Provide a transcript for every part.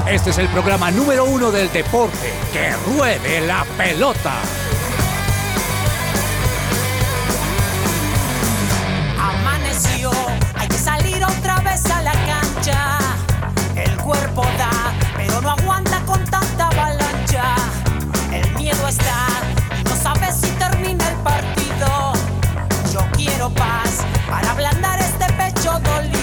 Este es el programa número 1 del deporte. ¡Que ruede la pelota! Amaneció, hay que salir otra vez a la cancha. El cuerpo da, pero no aguanta con tanta avalancha. El miedo está, y no sabes si termina el partido. Yo quiero paz para ablandar este pecho dolido.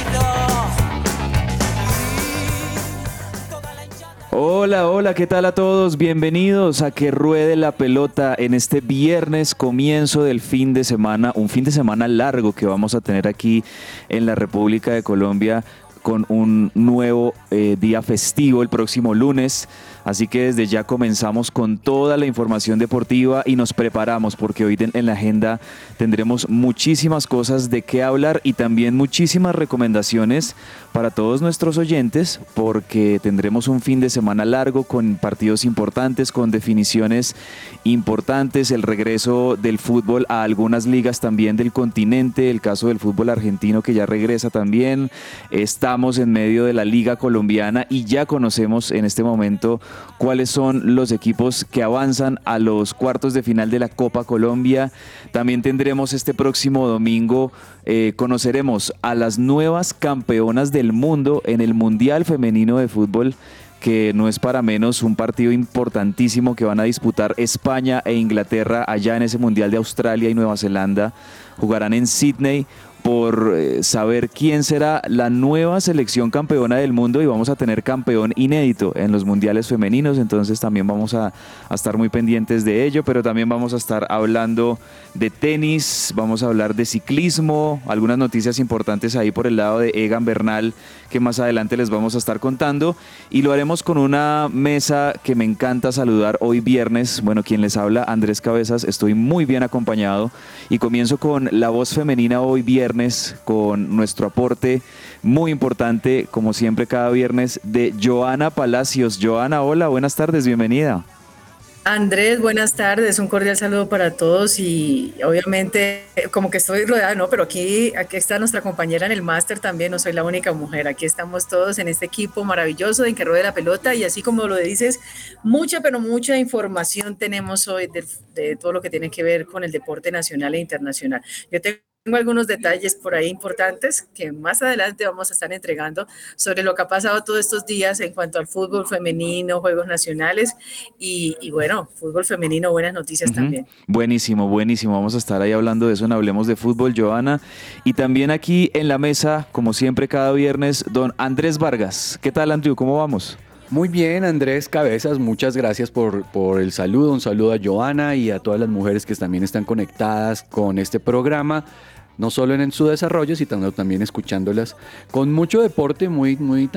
Hola, hola, ¿qué tal a todos? Bienvenidos a Que Ruede la Pelota en este viernes, comienzo del fin de semana, un fin de semana largo que vamos a tener aquí en la República de Colombia con un nuevo día festivo el próximo lunes. Así que desde ya comenzamos con toda la información deportiva y nos preparamos porque hoy en la agenda tendremos muchísimas cosas de qué hablar y también muchísimas recomendaciones para todos nuestros oyentes porque tendremos un fin de semana largo con partidos importantes, con definiciones importantes, el regreso del fútbol a algunas ligas también del continente, el caso del fútbol argentino que ya regresa también. Estamos en medio de la Liga Colombiana y ya conocemos en este momento cuáles son los equipos que avanzan a los cuartos de final de la Copa Colombia. También tendremos este próximo domingo, conoceremos a las nuevas campeonas del mundo en el Mundial Femenino de Fútbol, que no es para menos, un partido importantísimo que van a disputar España e Inglaterra allá en ese Mundial de Australia y Nueva Zelanda. Jugarán en Sydney por saber quién será la nueva selección campeona del mundo y vamos a tener campeón inédito en los mundiales femeninos, entonces también vamos a estar muy pendientes de ello, pero también vamos a estar hablando de tenis, vamos a hablar de ciclismo, algunas noticias importantes ahí por el lado de Egan Bernal que más adelante les vamos a estar contando y lo haremos con una mesa que me encanta saludar hoy viernes. Bueno, quien les habla, Andrés Cabezas, estoy muy bien acompañado y comienzo con la voz femenina hoy viernes con nuestro aporte muy importante, como siempre cada viernes, de Johanna Palacios. Johanna, hola, buenas tardes, bienvenida. Andrés, buenas tardes, un cordial saludo para todos y obviamente como que estoy rodeada, ¿no? Pero aquí está nuestra compañera en el máster también, no soy la única mujer, aquí estamos todos en este equipo maravilloso de Que Ruede la Pelota y así como lo dices, pero mucha información tenemos hoy de todo lo que tiene que ver con el deporte nacional e internacional. Yo tengo algunos detalles por ahí importantes que más adelante vamos a estar entregando sobre lo que ha pasado todos estos días en cuanto al fútbol femenino, juegos nacionales y bueno, fútbol femenino, buenas noticias también. Buenísimo, buenísimo. Vamos a estar ahí hablando de eso en Hablemos de Fútbol, Johanna. Y también aquí en la mesa, como siempre cada viernes, don Andrés Vargas. ¿Qué tal, Andrew? ¿Cómo vamos? Muy bien, Andrés Cabezas, muchas gracias por el saludo. Un saludo a Johanna y a todas las mujeres que también están conectadas con este programa, no solo en su desarrollo, sino también escuchándolas con mucho deporte, muy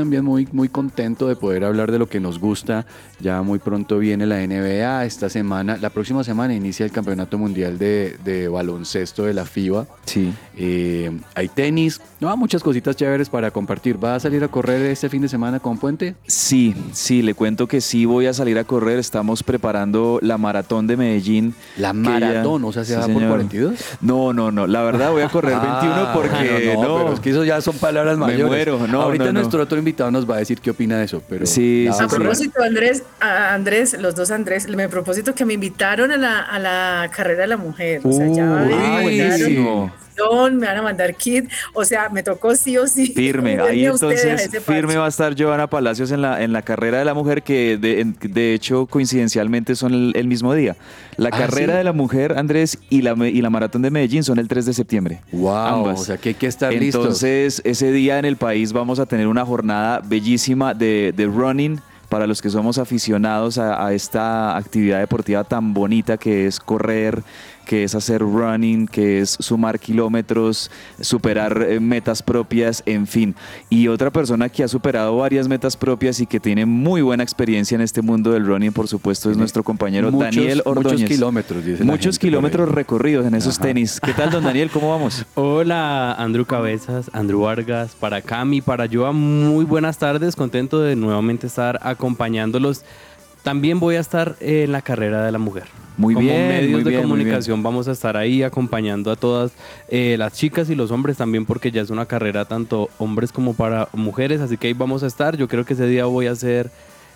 contento de poder hablar de lo que nos gusta. Ya muy pronto viene la NBA, la próxima semana inicia el Campeonato Mundial de Baloncesto de la FIBA. Sí. Hay tenis, muchas cositas chéveres para compartir. ¿Va a salir a correr este fin de semana con Puente? Sí, le cuento que sí voy a salir a correr. Estamos preparando la maratón de Medellín. ¿La maratón? O sea, ¿se va por 42? No, la verdad voy a correr 21 porque no. Pero es que eso ya son palabras mayores. Me muero, Ahorita nuestro otro invitado nos va a decir qué opina de eso. Pero sí. A propósito, Andrés, los dos Andrés, me propósito que me invitaron a la carrera de la mujer. O sea, ya buenísimo. Me van a mandar kit, o sea, me tocó sí o sí. Firme, ahí entonces firme va a estar Johanna Palacios en la carrera de la mujer, que de hecho coincidencialmente son el mismo día. La carrera ¿sí? de la mujer, Andrés, y la maratón de Medellín son el 3 de septiembre. Wow, ambas. O sea que hay que estar listos. Entonces, ese día en el país vamos a tener una jornada bellísima de running, para los que somos aficionados a esta actividad deportiva tan bonita que es correr, que es hacer running, que es sumar kilómetros, superar metas propias, en fin. Y otra persona que ha superado varias metas propias y que tiene muy buena experiencia en este mundo del running, por supuesto, es nuestro compañero Daniel Ordóñez. Muchos kilómetros, dice muchos kilómetros recorridos en esos tenis. ¿Qué tal, don Daniel? ¿Cómo vamos? Hola, Andrew Cabezas, Andrew Vargas, para Cami, para Joa, muy buenas tardes. Contento de nuevamente estar acompañándolos. También voy a estar en la carrera de la mujer. Muy Como bien, medios muy de bien, comunicación vamos a estar ahí acompañando a todas las chicas y los hombres también, porque ya es una carrera tanto hombres como para mujeres, así que ahí vamos a estar. Yo creo que ese día voy a ser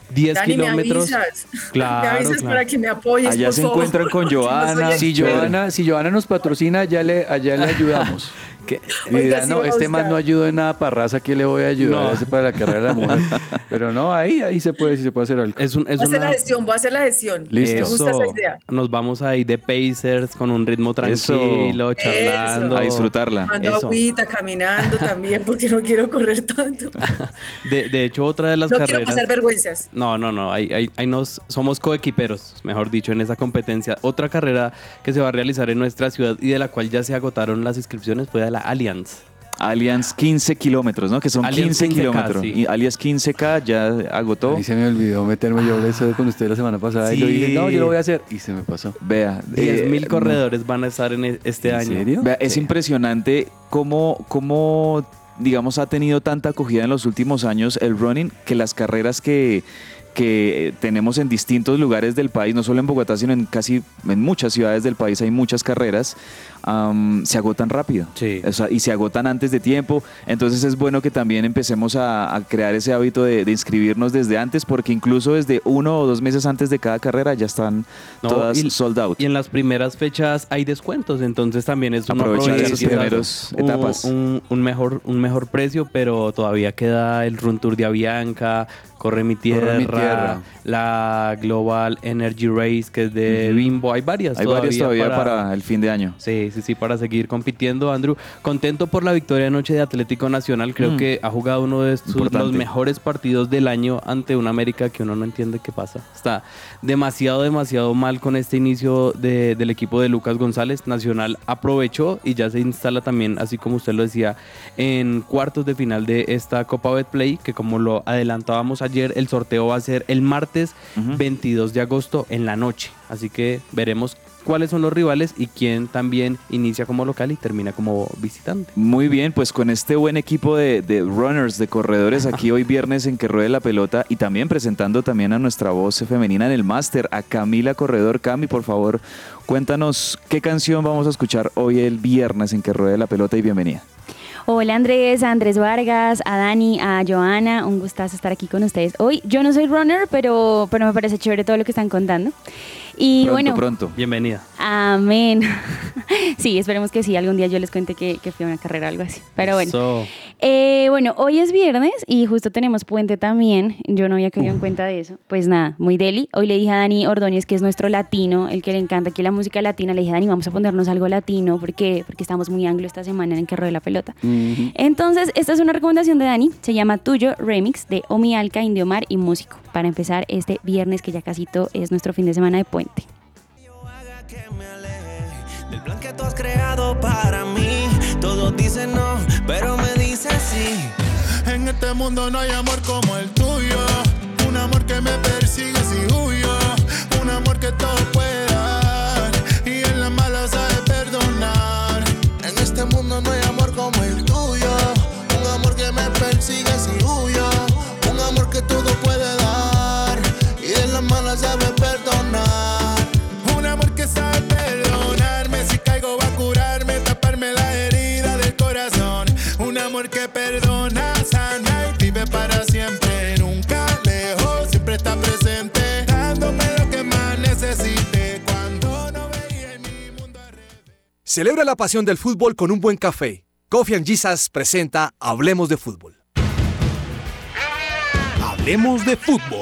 10 Dani, kilómetros. me avisas. Claro, me avisas claro. para que me apoyes, Allá por se favor. encuentran con Yo no Joana. soy Si Joana nos patrocina, allá le ayudamos. ¿Qué? Y dirá, Oiga, sí no, va a este man buscar. no ayudó en nada para raza, ¿qué le voy a ayudar? No. Ese para la carrera de la mujer. Pero no, ahí se puede hacer algo. Es Voy a hacer una... la gestión, voy a hacer la gestión. Listo. Me gusta esa Eso. idea. Nos vamos ahí de Pacers con un ritmo tranquilo, Eso. charlando. A disfrutarla. Ando Eso. agüita, caminando también, porque no quiero correr tanto. De hecho, otra de las No quiero carreras... pasar vergüenzas. No, ahí somos coequiperos, mejor dicho, en esa competencia. Otra carrera que se va a realizar en nuestra ciudad y de la cual ya se agotaron las inscripciones fue de la Allianz. Allianz 15 kilómetros, ¿no? Que son Allianz 15 15K, kilómetros. sí. Y Allianz 15K ya agotó. Ahí se me olvidó meterme, yo hablé eso con usted la semana pasada y Sí. lo dije, no, yo lo voy a hacer. Y se me pasó. Vea. 10.000 corredores van a estar en este ¿En año. serio? Vea, es Sí. impresionante cómo, digamos, ha tenido tanta acogida en los últimos años el running, que las carreras que tenemos en distintos lugares del país, no solo en Bogotá, sino en muchas ciudades del país hay muchas carreras, se agotan rápido. Sí. O sea, y se agotan antes de tiempo. Entonces es bueno que también empecemos a crear ese hábito de inscribirnos desde antes, porque incluso desde 1 o 2 meses antes de cada carrera ya están No, todas sold out. Y en las primeras fechas hay descuentos, entonces también es uno Aprovechar aprovechar esas quizás primeras etapas. un mejor precio, pero todavía queda el Run Tour de Avianca, Corre mi Tierra, la Global Energy Race, que es de Bimbo. Hay varias Hay varias todavía para el fin de año. Sí, para seguir compitiendo, Andrew. Contento por la victoria anoche de Atlético Nacional. Creo que ha jugado uno de los mejores partidos del año ante un América que uno no entiende qué pasa. Está demasiado mal con este inicio del equipo de Lucas González. Nacional aprovechó y ya se instala también, así como usted lo decía, en cuartos de final de esta Copa Betplay, que como lo adelantábamos ayer, el sorteo va a ser el martes 22 de agosto en la noche. Así que veremos cuáles son los rivales y quién también inicia como local y termina como visitante. Muy bien, pues con este buen equipo de runners, de corredores, aquí hoy viernes en Que Ruede la Pelota, y también presentando también a nuestra voz femenina en el máster, a Camila Corredor. Cami, por favor, cuéntanos qué canción vamos a escuchar hoy el viernes en Que Ruede la Pelota, y bienvenida. Hola Andrés, a Andrés Vargas, a Dani, a Joana, un gustazo estar aquí con ustedes hoy. Yo no soy runner, pero me parece chévere todo lo que están contando. Y Pronto. Bienvenida. Amén. Sí, esperemos que sí, algún día yo les cuente que fui a una carrera o algo así. Pero bueno. Bueno, hoy es viernes y justo tenemos puente también. Yo no había caído en cuenta de eso. Pues nada, muy deli. Hoy le dije a Dani Ordóñez, que es nuestro latino, el que le encanta aquí la música latina, le dije, Dani, vamos a ponernos algo latino porque estamos muy anglo esta semana en Que Ruede la Pelota. Entonces, esta es una recomendación de Dani. Se llama Tuyo Remix de Omi Alca, Indiomar y Músico. Para empezar este viernes, que ya casito es nuestro fin de semana de puente. Del plan que tú has creado para mí. Todos dicen no, pero me dicen sí. En este mundo no hay amor como el tuyo. Un amor que me persigue si huyo. Un amor que todo puede dar. Y en la mala sabe perdonar. En este mundo no hay amor como el tuyo. Un amor que me persigue si huyo. Un amor que todo puede dar. Y en la mala sabe perdonar. Un amor que sabe perdonarme. Si caigo va a curarme, taparme la herida del corazón. Un amor que perdona, sana y vive para siempre. Nunca lejos, siempre está presente, dándome lo que más necesite. Cuando no veía en mi mundo al revés. Celebra la pasión del fútbol con un buen café. Coffee and Jesus presenta Hablemos de Fútbol. Hablemos de Fútbol.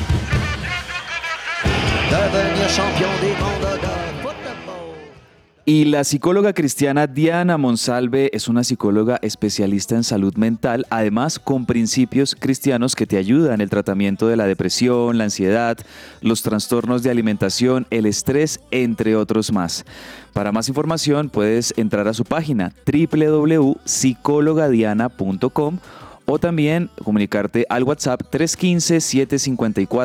Y la psicóloga cristiana Diana Monsalve es una psicóloga especialista en salud mental, además con principios cristianos que te ayudan en el tratamiento de la depresión, la ansiedad, los trastornos de alimentación, el estrés, entre otros más. Para más información puedes entrar a su página www.psicologadiana.com o también comunicarte al WhatsApp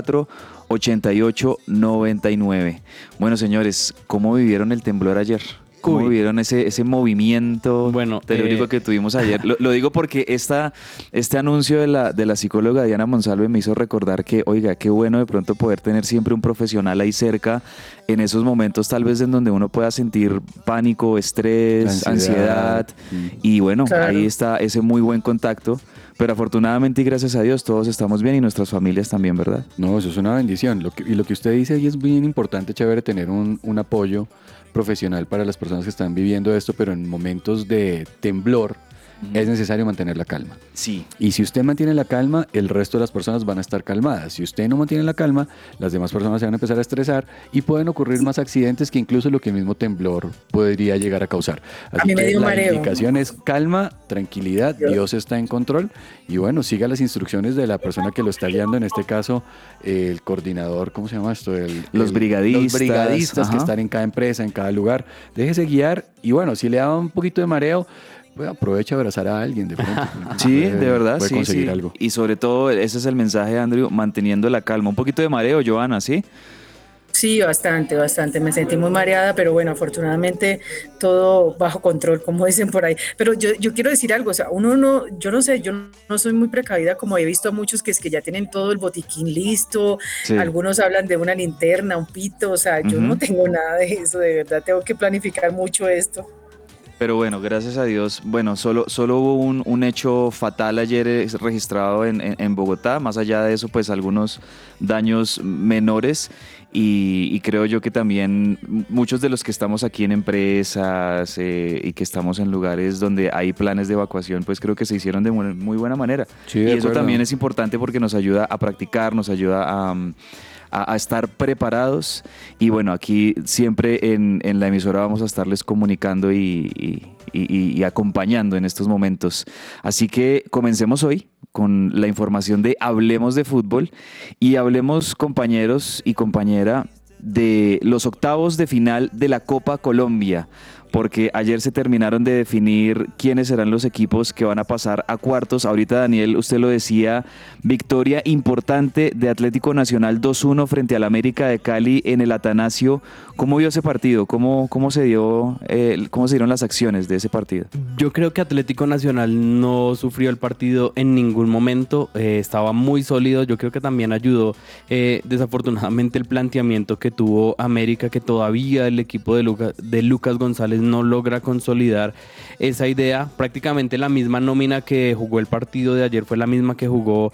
315-754-8899. Bueno, señores, ¿cómo vivieron el temblor ayer? ¿Cómo vieron ese movimiento telúrico que tuvimos ayer? Lo digo porque este anuncio de la psicóloga Diana Monsalve me hizo recordar que, oiga, qué bueno de pronto poder tener siempre un profesional ahí cerca en esos momentos tal vez en donde uno pueda sentir pánico, estrés, ansiedad. Y bueno, claro, ahí está ese muy buen contacto. Pero afortunadamente y gracias a Dios todos estamos bien y nuestras familias también, ¿verdad? No, eso es una bendición. Y lo que usted dice ahí es bien importante, chévere, tener un apoyo profesional para las personas que están viviendo esto, pero en momentos de temblor es necesario mantener la calma. Sí. Y si usted mantiene la calma, el resto de las personas van a estar calmadas. Si usted no mantiene la calma, las demás personas se van a empezar a estresar y pueden ocurrir más accidentes que incluso lo que el mismo temblor podría llegar a causar. Así que la indicación es calma, tranquilidad, Dios está en control y bueno, siga las instrucciones de la persona que lo está guiando, en este caso el coordinador, ¿cómo se llama esto? Los brigadistas. Los brigadistas que están en cada empresa, en cada lugar. Déjese guiar y bueno, si le da un poquito de mareo, pues aprovecha a abrazar a alguien de pronto. Sí, de verdad, puede conseguir algo. Y sobre todo, ese es el mensaje, Andrew, manteniendo la calma. Un poquito de mareo, Johanna, ¿sí? Sí, bastante. Me sentí muy mareada, pero bueno, afortunadamente todo bajo control, como dicen por ahí. Pero yo quiero decir algo, o sea, yo no soy muy precavida, como he visto a muchos que es que ya tienen todo el botiquín listo, sí. Algunos hablan de una linterna, un pito, o sea, yo no tengo nada de eso, de verdad, tengo que planificar mucho esto. Pero bueno, gracias a Dios, bueno, solo hubo un hecho fatal ayer registrado en Bogotá, más allá de eso, pues algunos daños menores y creo yo que también muchos de los que estamos aquí en empresas y que estamos en lugares donde hay planes de evacuación, pues creo que se hicieron de muy buena manera. Sí, y eso también es importante porque nos ayuda a practicar, nos ayuda a estar preparados y bueno, aquí siempre en la emisora vamos a estarles comunicando y acompañando en estos momentos. Así que comencemos hoy con la información de Hablemos de Fútbol y hablemos, compañeros y compañera, de los octavos de final de la Copa Colombia, porque ayer se terminaron de definir quiénes serán los equipos que van a pasar a cuartos. Ahorita, Daniel, usted lo decía, victoria importante de Atlético Nacional 2-1 frente al América de Cali en el Atanasio. ¿Cómo vio ese partido? ¿Cómo se dieron las acciones de ese partido? Yo creo que Atlético Nacional no sufrió el partido en ningún momento, estaba muy sólido. Yo creo que también ayudó desafortunadamente el planteamiento que tuvo América, que todavía el equipo de Lucas González no logra consolidar esa idea. Prácticamente la misma nómina que jugó el partido de ayer fue la misma que jugó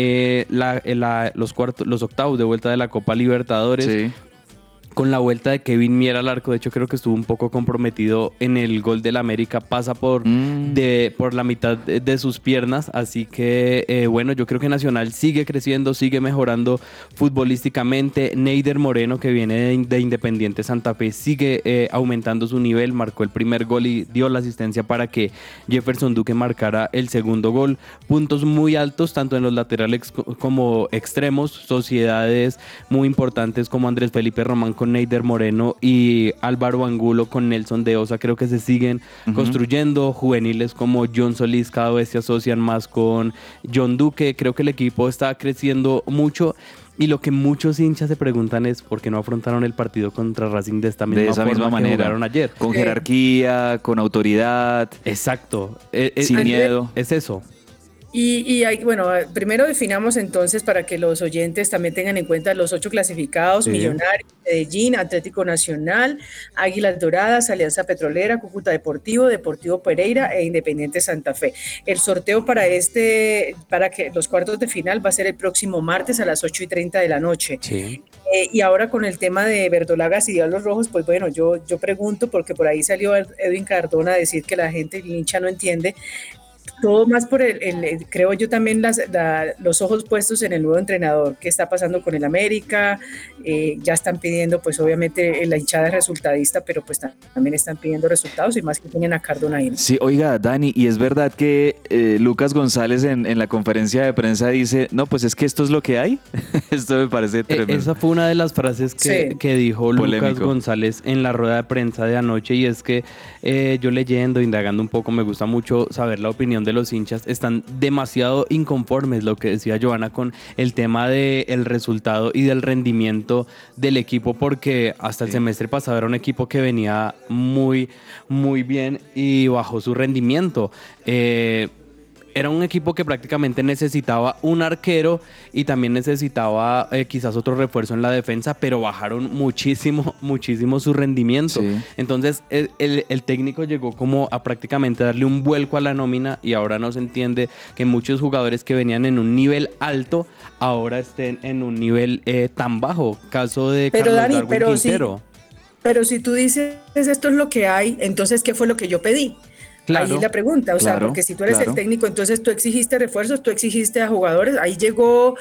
los octavos de vuelta de la Copa Libertadores. Sí. Con la vuelta de Kevin Mier al arco, de hecho creo que estuvo un poco comprometido en el gol del América, pasa por la mitad de sus piernas, así que bueno, yo creo que Nacional sigue creciendo, sigue mejorando futbolísticamente. Neider Moreno, que viene de Independiente Santa Fe, sigue aumentando su nivel, marcó el primer gol y dio la asistencia para que Jefferson Duque marcara el segundo gol. Puntos muy altos, tanto en los laterales como extremos, sociedades muy importantes como Andrés Felipe Román con Neider Moreno y Álvaro Angulo con Nelson de Osa, creo que se siguen construyendo. Juveniles como John Solís cada vez se asocian más con John Duque. Creo que el equipo está creciendo mucho y lo que muchos hinchas se preguntan es por qué no afrontaron el partido contra Racing de esa misma manera que jugaron ayer. Con jerarquía, con autoridad. Exacto. Sin miedo. Es eso. Y bueno, primero definamos entonces para que los oyentes también tengan en cuenta los 8 clasificados: Millonarios, Medellín, Atlético Nacional, Águilas Doradas, Alianza Petrolera, Cúcuta Deportivo, Deportivo Pereira e Independiente Santa Fe. El sorteo para que los cuartos de final va a ser el próximo martes a las 8:30 de la noche. Sí. Y ahora con el tema de Verdolagas y Diablos Rojos, pues bueno, yo pregunto, porque por ahí salió Edwin Cardona a decir que la gente, el hincha, no entiende. Todo más por creo yo también los ojos puestos en el nuevo entrenador. ¿Qué está pasando con el América? Ya están pidiendo, pues obviamente la hinchada es resultadista, pero pues también están pidiendo resultados y más que tienen a Cardona ahí. Sí, oiga, Dani, y es verdad que Lucas González en la conferencia de prensa dice, no, pues es que esto es lo que hay. Esto me parece tremendo. Esa fue una de las frases que dijo Lucas González en la rueda de prensa de anoche, y es que yo leyendo, indagando un poco, me gusta mucho saber la opinión opinión de los hinchas, están demasiado inconformes, lo que decía Johanna, con el tema del resultado y del rendimiento del equipo, porque hasta el semestre pasado era un equipo que venía muy, muy bien y bajó su rendimiento. Era un equipo que prácticamente necesitaba un arquero y también necesitaba quizás otro refuerzo en la defensa, pero bajaron muchísimo su rendimiento. Sí. Entonces el técnico llegó como a prácticamente darle un vuelco a la nómina, y ahora no se entiende que muchos jugadores que venían en un nivel alto ahora estén en un nivel tan bajo. Caso de Carlos Darwin Quintero. Pero si tú dices esto es lo que hay, entonces ¿qué fue lo que yo pedí? Claro, ahí es la pregunta, o sea, porque si tú eres el técnico, entonces tú exigiste refuerzos, tú exigiste a jugadores, ahí llegó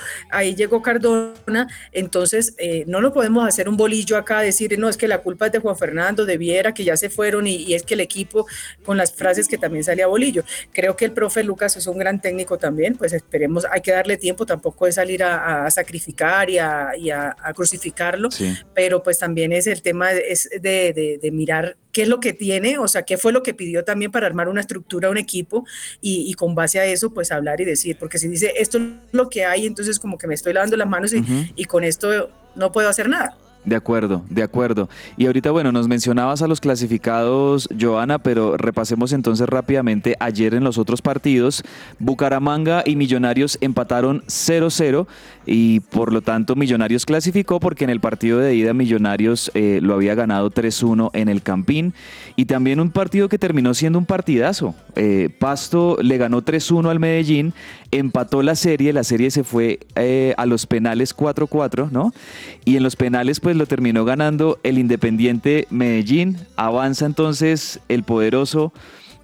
Cardona, entonces no lo podemos hacer un bolillo acá, decir, no, es que la culpa es de Juan Fernando, de Viera, que ya se fueron, y es que el equipo, con las frases que también salía bolillo. Creo que el profe Lucas es un gran técnico también, pues esperemos, hay que darle tiempo, tampoco es salir a sacrificar y a crucificarlo, pero pues también es el tema de mirar qué es lo que tiene, o sea, qué fue lo que pidió también para armar una estructura, un equipo, y con base a eso, pues hablar y decir, porque si dice, esto es lo que hay, entonces como que me estoy lavando las manos y con esto no puedo hacer nada. De acuerdo. Y ahorita, bueno, nos mencionabas a los clasificados, Johanna, pero repasemos entonces rápidamente. Ayer en los otros partidos, Bucaramanga y Millonarios empataron 0-0 y por lo tanto Millonarios clasificó, porque en el partido de ida Millonarios lo había ganado 3-1 en el Campín, y también un partido que terminó siendo un partidazo. Pasto le ganó 3-1 al Medellín, empató la serie se fue a los penales 4-4, ¿no? Y en los penales pues lo terminó ganando el Independiente Medellín. Avanza entonces el poderoso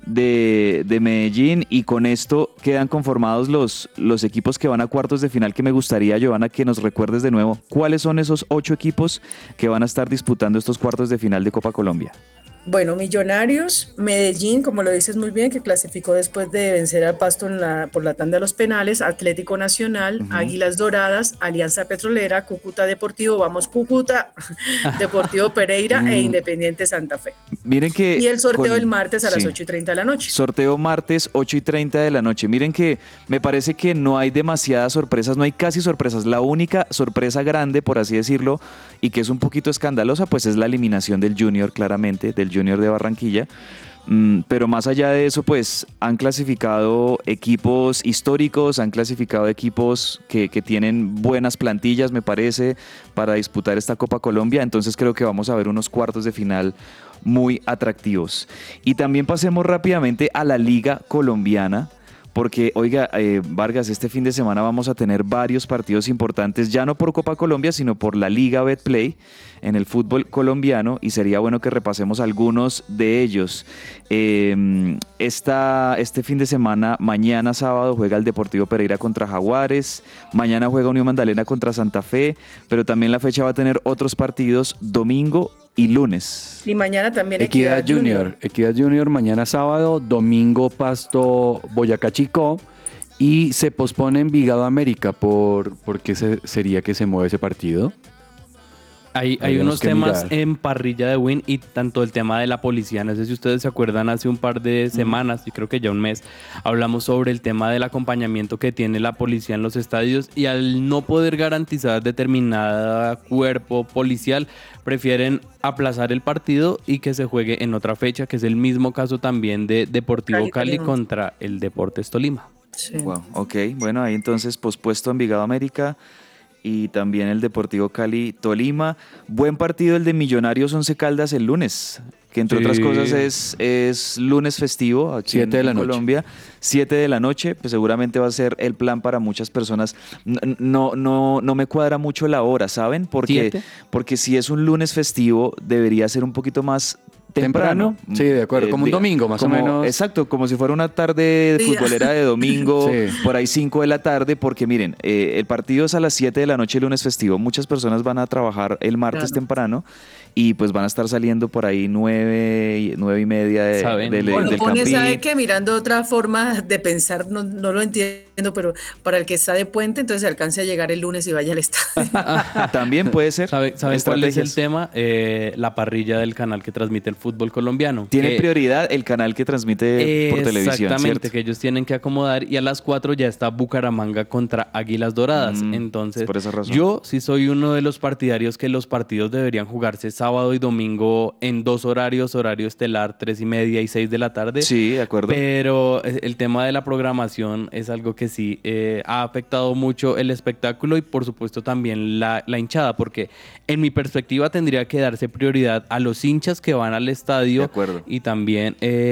de Medellín, y con esto quedan conformados los equipos que van a cuartos de final, que me gustaría, Johanna, que nos recuerdes de nuevo cuáles son esos 8 equipos que van a estar disputando estos cuartos de final de Copa Colombia. Bueno, Millonarios, Medellín, como lo dices muy bien, que clasificó después de vencer al Pasto por la tanda de los penales, Atlético Nacional, Águilas Doradas, Alianza Petrolera, Cúcuta Deportivo, vamos Cúcuta, Deportivo Pereira e Independiente Santa Fe. Miren que... Y el sorteo el martes a las 8:30 de la noche. Sorteo martes, 8:30 de la noche. Miren que me parece que no hay demasiadas sorpresas, no hay casi sorpresas. La única sorpresa grande, por así decirlo, y que es un poquito escandalosa, pues es la eliminación del Junior, claramente, del Junior de Barranquilla. Pero más allá de eso, pues han clasificado equipos históricos, han clasificado equipos que tienen buenas plantillas, me parece, para disputar esta Copa Colombia. Entonces creo que vamos a ver unos cuartos de final muy atractivos. Y también pasemos rápidamente a la Liga Colombiana, porque, oiga, Vargas, este fin de semana vamos a tener varios partidos importantes, ya no por Copa Colombia, sino por la Liga Betplay en el fútbol colombiano, y sería bueno que repasemos algunos de ellos. Este fin de semana, mañana sábado, juega el Deportivo Pereira contra Jaguares, mañana juega Unión Magdalena contra Santa Fe, pero también la fecha va a tener otros partidos domingo y lunes. Y mañana también Equidad Junior mañana sábado, domingo Pasto Boyacá Chicó, y se pospone Envigado América. ¿Por qué sería que se mueve ese partido? Hay unos temas en parrilla de Win, y tanto el tema de la policía. No sé si ustedes se acuerdan, hace un par de semanas, y creo que ya un mes, hablamos sobre el tema del acompañamiento que tiene la policía en los estadios, y al no poder garantizar determinada cuerpo policial, prefieren aplazar el partido y que se juegue en otra fecha, que es el mismo caso también de Deportivo Cali contra el Deportes Tolima. Sí. Wow, ok, bueno, ahí entonces pospuesto Envigado América y también el Deportivo Cali Tolima. Buen partido el de Millonarios Once Caldas el lunes, que entre otras cosas es lunes festivo aquí en Colombia, 7 de la noche, pues seguramente va a ser el plan para muchas personas. No me cuadra mucho la hora, ¿saben? Porque si es un lunes festivo debería ser un poquito más temprano. Sí, de acuerdo, como un domingo más o menos. Exacto, como si fuera una tarde futbolera de domingo, por ahí 5 de la tarde, porque miren, el partido es a las 7 de la noche, lunes festivo. Muchas personas van a trabajar el martes temprano, y pues van a estar saliendo por ahí 9:30 del Pone, Campín. sabe que mirando otra forma de pensar, no lo entiendo, pero para el que está de puente, entonces se alcance a llegar el lunes y vaya al estadio. También puede ser. ¿Saben cuál es el tema? La parrilla del canal que transmite el fútbol colombiano. Tiene prioridad el canal que transmite por televisión, exactamente, ¿cierto? que ellos tienen que acomodar, y a las 4 ya está Bucaramanga contra Águilas Doradas. Entonces, por esa razón. yo sí soy uno de los partidarios que los partidos deberían jugarse sábado y domingo en 2 horarios, horario estelar 3:30 y 6 de la tarde. Sí, de acuerdo. Pero el tema de la programación es algo que sí ha afectado mucho el espectáculo y por supuesto también la hinchada, porque en mi perspectiva tendría que darse prioridad a los hinchas que van al estadio. De acuerdo. Y también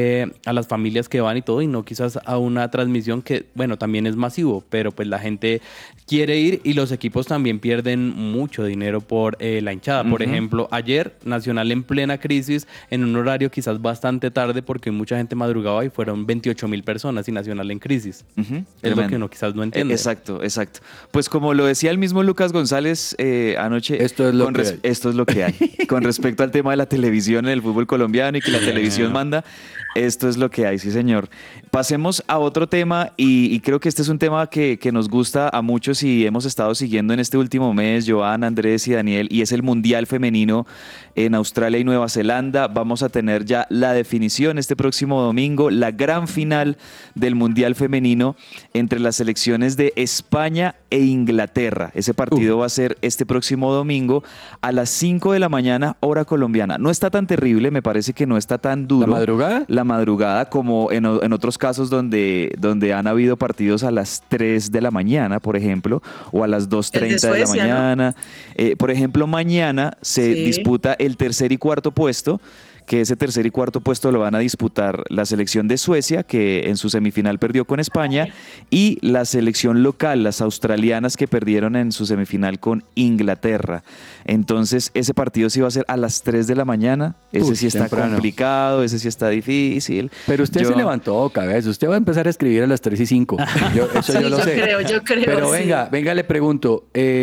a las familias que van y todo, y no quizás a una transmisión que, bueno, también es masivo, pero pues la gente quiere ir y los equipos también pierden mucho dinero por la hinchada. Por ejemplo, ayer Nacional en plena crisis, en un horario quizás bastante tarde porque mucha gente madrugaba y fueron 28,000 personas y Nacional en crisis. Es lo que uno quizás no entiende. Exacto. Pues como lo decía el mismo Lucas González anoche, esto es lo que hay. Con respecto al tema de la televisión en el fútbol colombiano y que la televisión manda, esto es lo que hay, sí señor. Pasemos a otro tema y creo que este es un tema que nos gusta a muchos y hemos estado siguiendo en este último mes, Joan, Andrés y Daniel, y es el Mundial Femenino en Australia y Nueva Zelanda. Vamos a tener ya la definición este próximo domingo, la gran final del Mundial Femenino entre las selecciones de España e Inglaterra. Ese partido va a ser este próximo domingo a las 5 de la mañana, hora colombiana. No está tan terrible, me parece que no está tan duro. ¿La madrugada? La madrugada, como en otros casos donde han habido partidos a las 3 de la mañana, por ejemplo, o a las 2:30 de la mañana. ¿No? Por ejemplo, mañana se disputa el tercer y cuarto puesto, que ese tercer y cuarto puesto lo van a disputar la selección de Suecia, que en su semifinal perdió con España, y la selección local, las australianas, que perdieron en su semifinal con Inglaterra. Entonces, ese partido sí va a ser a las 3 de la mañana. Ese sí está complicado, ese sí está difícil. Pero usted se levantó, cabeza. Usted va a empezar a escribir a las 3:05. Yo lo sé. Yo creo. Pero venga, le pregunto.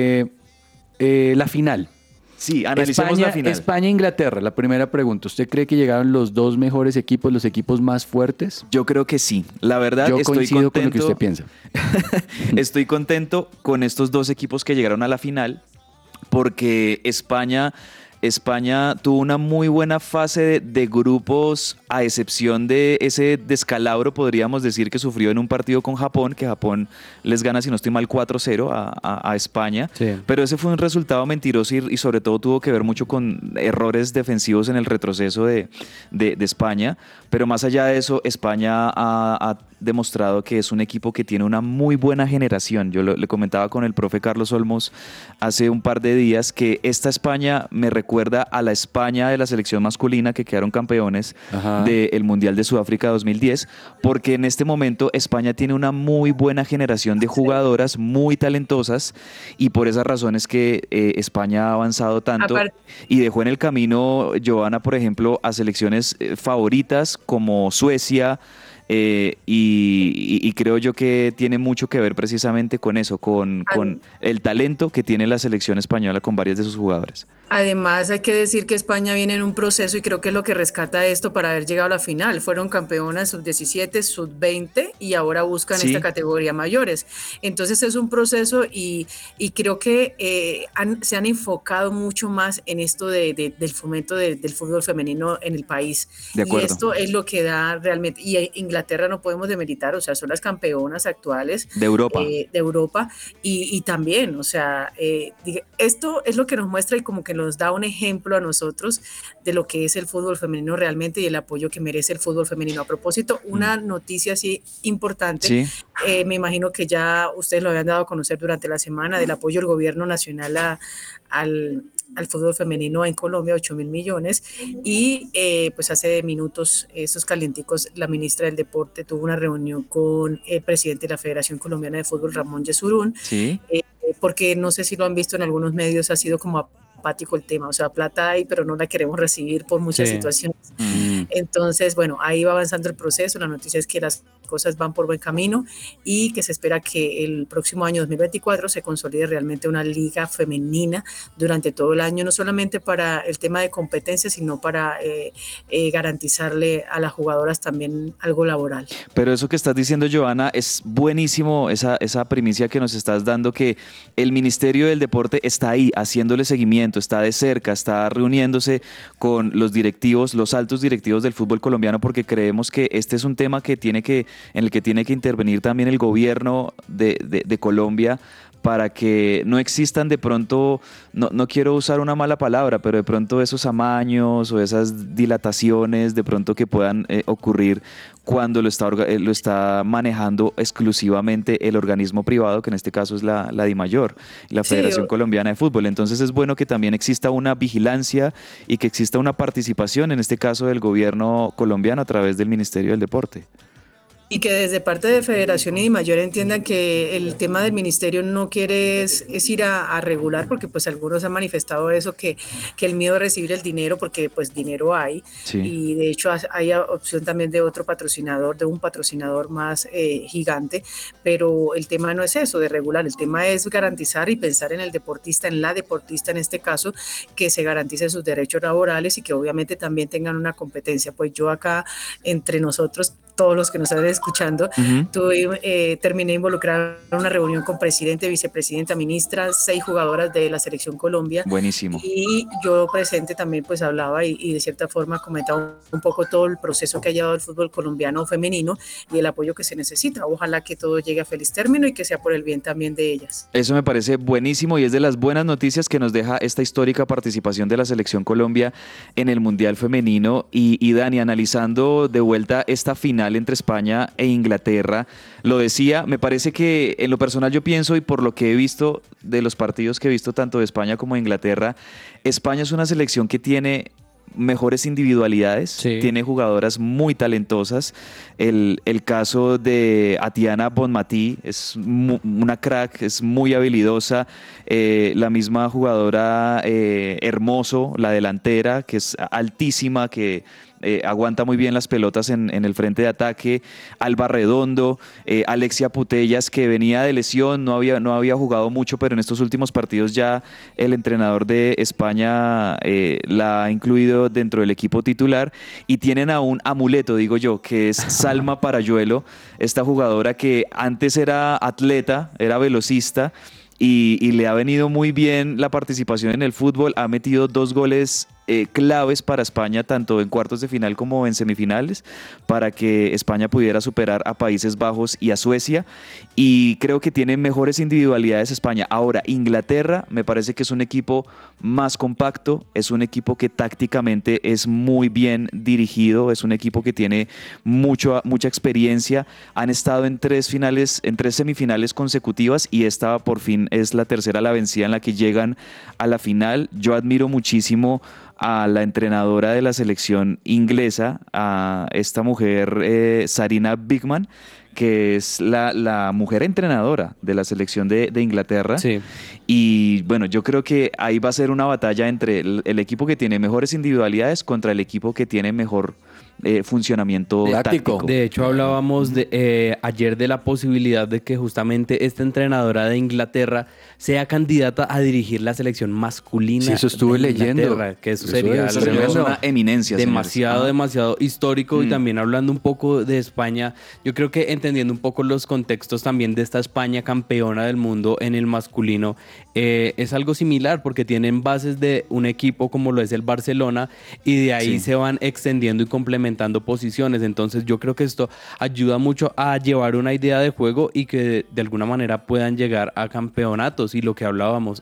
La final. Sí, analicemos la final. España-Inglaterra, la primera pregunta. ¿Usted cree que llegaron los dos mejores equipos, los equipos más fuertes? Yo creo que sí. La verdad, yo estoy coincido contento con lo que usted piensa. Estoy contento con estos dos equipos que llegaron a la final, porque España tuvo una muy buena fase de grupos, a excepción de ese descalabro, podríamos decir, que sufrió en un partido con Japón, que Japón les gana, si no estoy mal, 4-0 a España. Sí. Pero ese fue un resultado mentiroso y sobre todo tuvo que ver mucho con errores defensivos en el retroceso de España. Pero más allá de eso, España ha demostrado que es un equipo que tiene una muy buena generación. Yo le comentaba con el profe Carlos Olmos hace un par de días que esta España me recuerda a la España de la selección masculina que quedaron campeones del Mundial de Sudáfrica 2010, porque en este momento España tiene una muy buena generación de jugadoras muy talentosas y por esas razones que España ha avanzado tanto y dejó en el camino, Joana, por ejemplo, a selecciones favoritas como Suecia, y creo yo que tiene mucho que ver precisamente con eso, con el talento que tiene la selección española con varias de sus jugadoras. Además, hay que decir que España viene en un proceso y creo que es lo que rescata esto para haber llegado a la final. Fueron campeonas sub-17, sub-20 y ahora buscan esta categoría mayores. Entonces es un proceso y creo que se han enfocado mucho más en esto del fomento del fútbol femenino en el país. De acuerdo. Y esto es lo que da realmente, y Inglaterra no podemos demeritar, o sea, son las campeonas actuales de Europa. Y también, o sea, esto es lo que nos muestra y como que nos da un ejemplo a nosotros de lo que es el fútbol femenino realmente y el apoyo que merece el fútbol femenino. A propósito, una noticia así importante, me imagino que ya ustedes lo habían dado a conocer durante la semana, del apoyo del gobierno nacional al fútbol femenino en Colombia, 8.000 millones, y pues hace minutos, esos calienticos, la ministra del Deporte tuvo una reunión con el presidente de la Federación Colombiana de Fútbol, Ramón Yesurún, porque no sé si lo han visto en algunos medios, ha sido como apático el tema, o sea, plata hay, pero no la queremos recibir por muchas situaciones. Entonces, bueno, ahí va avanzando el proceso. La noticia es que las cosas van por buen camino y que se espera que el próximo año 2024 se consolide realmente una liga femenina durante todo el año, no solamente para el tema de competencia, sino para garantizarle a las jugadoras también algo laboral. Pero eso que estás diciendo, Johanna, es buenísimo, esa primicia que nos estás dando, que el Ministerio del Deporte está ahí haciéndole seguimiento, está de cerca, está reuniéndose con los directivos, los altos directivos del fútbol colombiano, porque creemos que este es un tema en el que tiene que intervenir también el gobierno de Colombia, para que no existan de pronto, no quiero usar una mala palabra, pero de pronto esos amaños o esas dilataciones de pronto que puedan ocurrir cuando lo está manejando exclusivamente el organismo privado, que en este caso es la DIMAYOR, la Federación Colombiana de Fútbol. Entonces es bueno que también exista una vigilancia y que exista una participación, en este caso del gobierno colombiano a través del Ministerio del Deporte. Y que desde parte de Federación y DIMAYOR entiendan que el tema del ministerio no quiere es ir a regular, porque pues algunos han manifestado eso, que el miedo a recibir el dinero, porque pues dinero hay, sí. Y de hecho hay opción también de otro patrocinador, de un patrocinador más gigante, pero el tema no es eso de regular, el tema es garantizar y pensar en el deportista, en la deportista en este caso, que se garanticen sus derechos laborales y que obviamente también tengan una competencia. Pues yo acá, entre nosotros, todos los que nos están escuchando, terminé involucrada en una reunión con presidente, vicepresidenta, ministra, 6 jugadoras de la Selección Colombia. Buenísimo. Y yo presente también pues hablaba y de cierta forma comentaba un poco todo el proceso que ha llevado el fútbol colombiano femenino y el apoyo que se necesita. Ojalá que todo llegue a feliz término y que sea por el bien también de ellas. Eso me parece buenísimo y es de las buenas noticias que nos deja esta histórica participación de la Selección Colombia en el Mundial Femenino. Y Dani, analizando de vuelta esta final entre España e Inglaterra, lo decía, me parece que en lo personal yo pienso, y por lo que he visto de los partidos que he visto tanto de España como de Inglaterra, España es una selección que tiene mejores individualidades, sí. Tiene jugadoras muy talentosas. El caso de Atiana Bonmatí es una crack, es muy habilidosa. La misma jugadora Hermoso, la delantera, que es altísima, que aguanta muy bien las pelotas en el frente de ataque. Alba Redondo, Alexia Putellas, que venía de lesión, no había jugado mucho, pero en estos últimos partidos ya el entrenador de España la ha incluido dentro del equipo titular, y tienen a un amuleto, digo yo, que es Salma Parayuelo, esta jugadora que antes era atleta, era velocista, y le ha venido muy bien la participación en el fútbol. Ha metido 2 goles claves para España, tanto en cuartos de final como en semifinales, para que España pudiera superar a Países Bajos y a Suecia, y creo que tiene mejores individualidades España. Ahora, Inglaterra me parece que es un equipo más compacto, es un equipo que tácticamente es muy bien dirigido, es un equipo que tiene mucha experiencia. Han estado en 3 semifinales consecutivas, y esta por fin es la tercera la vencida en la que llegan a la final. Yo admiro muchísimo a la entrenadora de la selección inglesa, a esta mujer Sarina Bigman, que es la mujer entrenadora de la selección de Inglaterra. Sí. Y bueno, yo creo que ahí va a ser una batalla entre el equipo que tiene mejores individualidades contra el equipo que tiene mejor funcionamiento táctico. De hecho, hablábamos ayer de la posibilidad de que justamente esta entrenadora de Inglaterra sea candidata a dirigir la selección masculina. Sí, eso estuve leyendo. Que eso sería una eminencia. Demasiado histórico. Y también hablando un poco de España, yo creo que entendiendo un poco los contextos también de esta España campeona del mundo en el masculino, es algo similar, porque tienen bases de un equipo como lo es el Barcelona, y de ahí se van extendiendo y complementando posiciones. Entonces yo creo que esto ayuda mucho a llevar una idea de juego y que de alguna manera puedan llegar a campeonatos. Y lo que hablábamos,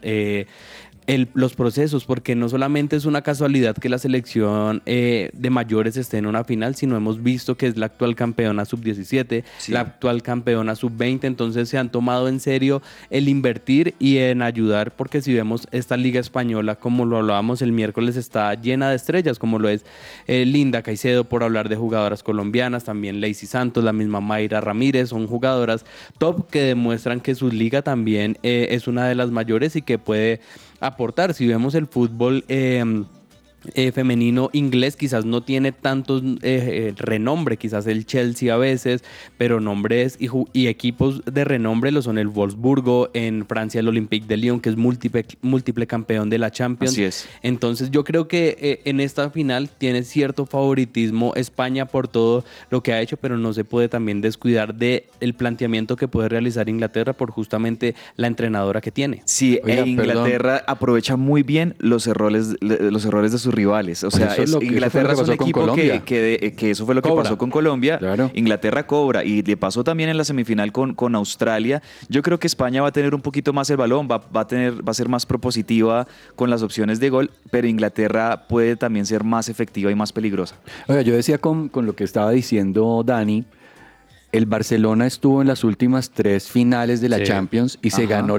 los procesos, porque no solamente es una casualidad que la selección de mayores esté en una final, sino hemos visto que es la actual campeona sub-17, la actual campeona sub-20, entonces se han tomado en serio el invertir y en ayudar, porque si vemos esta liga española, como lo hablábamos el miércoles, está llena de estrellas, como lo es Linda Caicedo, por hablar de jugadoras colombianas, también Lacey Santos, la misma Mayra Ramírez, son jugadoras top que demuestran que su liga también es una de las mayores y que puede aportar. Si vemos el fútbol femenino inglés quizás no tiene tanto renombre, quizás el Chelsea a veces, pero nombres y equipos de renombre lo son el Wolfsburgo, en Francia el Olympique de Lyon, que es múltiple campeón de la Champions. Así es. Entonces yo creo que en esta final tiene cierto favoritismo España por todo lo que ha hecho, pero no se puede también descuidar del planteamiento que puede realizar Inglaterra por justamente la entrenadora que tiene. Sí, Oiga, Inglaterra aprovecha muy bien los errores de sus rivales. O sea, Inglaterra es un equipo que eso fue lo que pasó con Colombia. Claro. Inglaterra cobra y le pasó también en la semifinal con Australia. Yo creo que España va a tener un poquito más el balón, va a ser más propositiva con las opciones de gol, pero Inglaterra puede también ser más efectiva y más peligrosa. Oiga, yo decía con lo que estaba diciendo Dani, el Barcelona estuvo en las últimas 3 finales de la Champions y se ganó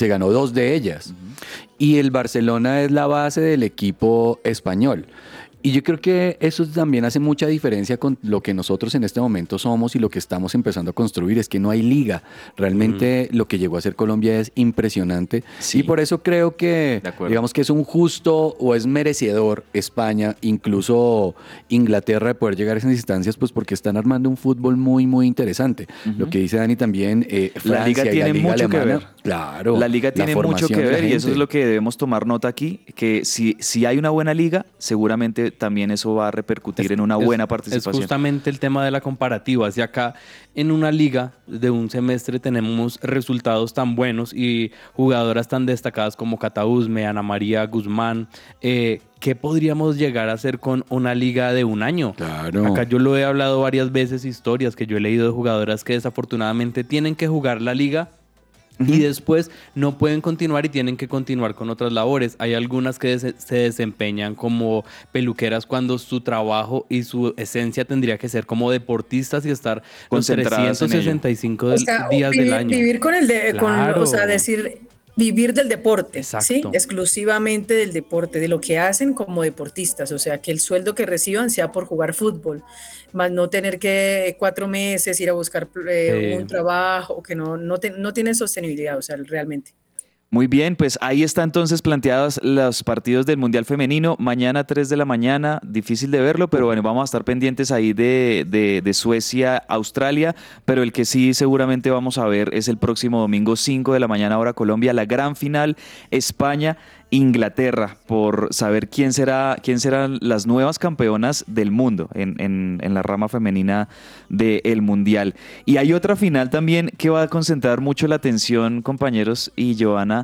2 de ellas. Y el Barcelona es la base del equipo español. Y yo creo que eso también hace mucha diferencia con lo que nosotros en este momento somos y lo que estamos empezando a construir, es que no hay liga. Realmente lo que llegó a ser Colombia es impresionante. Sí. Y por eso creo que, digamos que es un justo o es merecedor España, incluso Inglaterra, de poder llegar a esas instancias, pues porque están armando un fútbol muy, muy interesante. Lo que dice Dani también, Francia, la liga tiene la liga mucho alemana, que ver. Claro. La liga tiene mucho que ver y eso es lo que debemos tomar nota aquí, que si hay una buena liga, seguramente también eso va a repercutir en una buena participación. Es justamente el tema de la comparativa. Hacia acá, en una liga de un semestre tenemos resultados tan buenos y jugadoras tan destacadas como Cata Usme, Ana María Guzmán. ¿Qué podríamos llegar a hacer con una liga de un año? Claro. Acá yo lo he hablado varias veces, historias que yo he leído de jugadoras que desafortunadamente tienen que jugar la liga y después no pueden continuar y tienen que continuar con otras labores. Hay algunas que se desempeñan como peluqueras cuando su trabajo y su esencia tendría que ser como deportistas y estar los 365 días del año. Vivir con o sea, decir, vivir del deporte, ¿sí? Exclusivamente del deporte, de lo que hacen como deportistas, o sea, que el sueldo que reciban sea por jugar fútbol, más no tener que 4 meses ir a buscar un trabajo, que no tienen sostenibilidad, o sea, realmente. Muy bien, pues ahí está entonces planteados los partidos del Mundial Femenino. Mañana 3 de la mañana, difícil de verlo, pero bueno, vamos a estar pendientes ahí de Suecia, Australia, pero el que sí seguramente vamos a ver es el próximo domingo 5 de la mañana hora Colombia, la gran final España Inglaterra, por saber quién serán las nuevas campeonas del mundo en la rama femenina del Mundial. Y hay otra final también que va a concentrar mucho la atención, compañeros y Joana,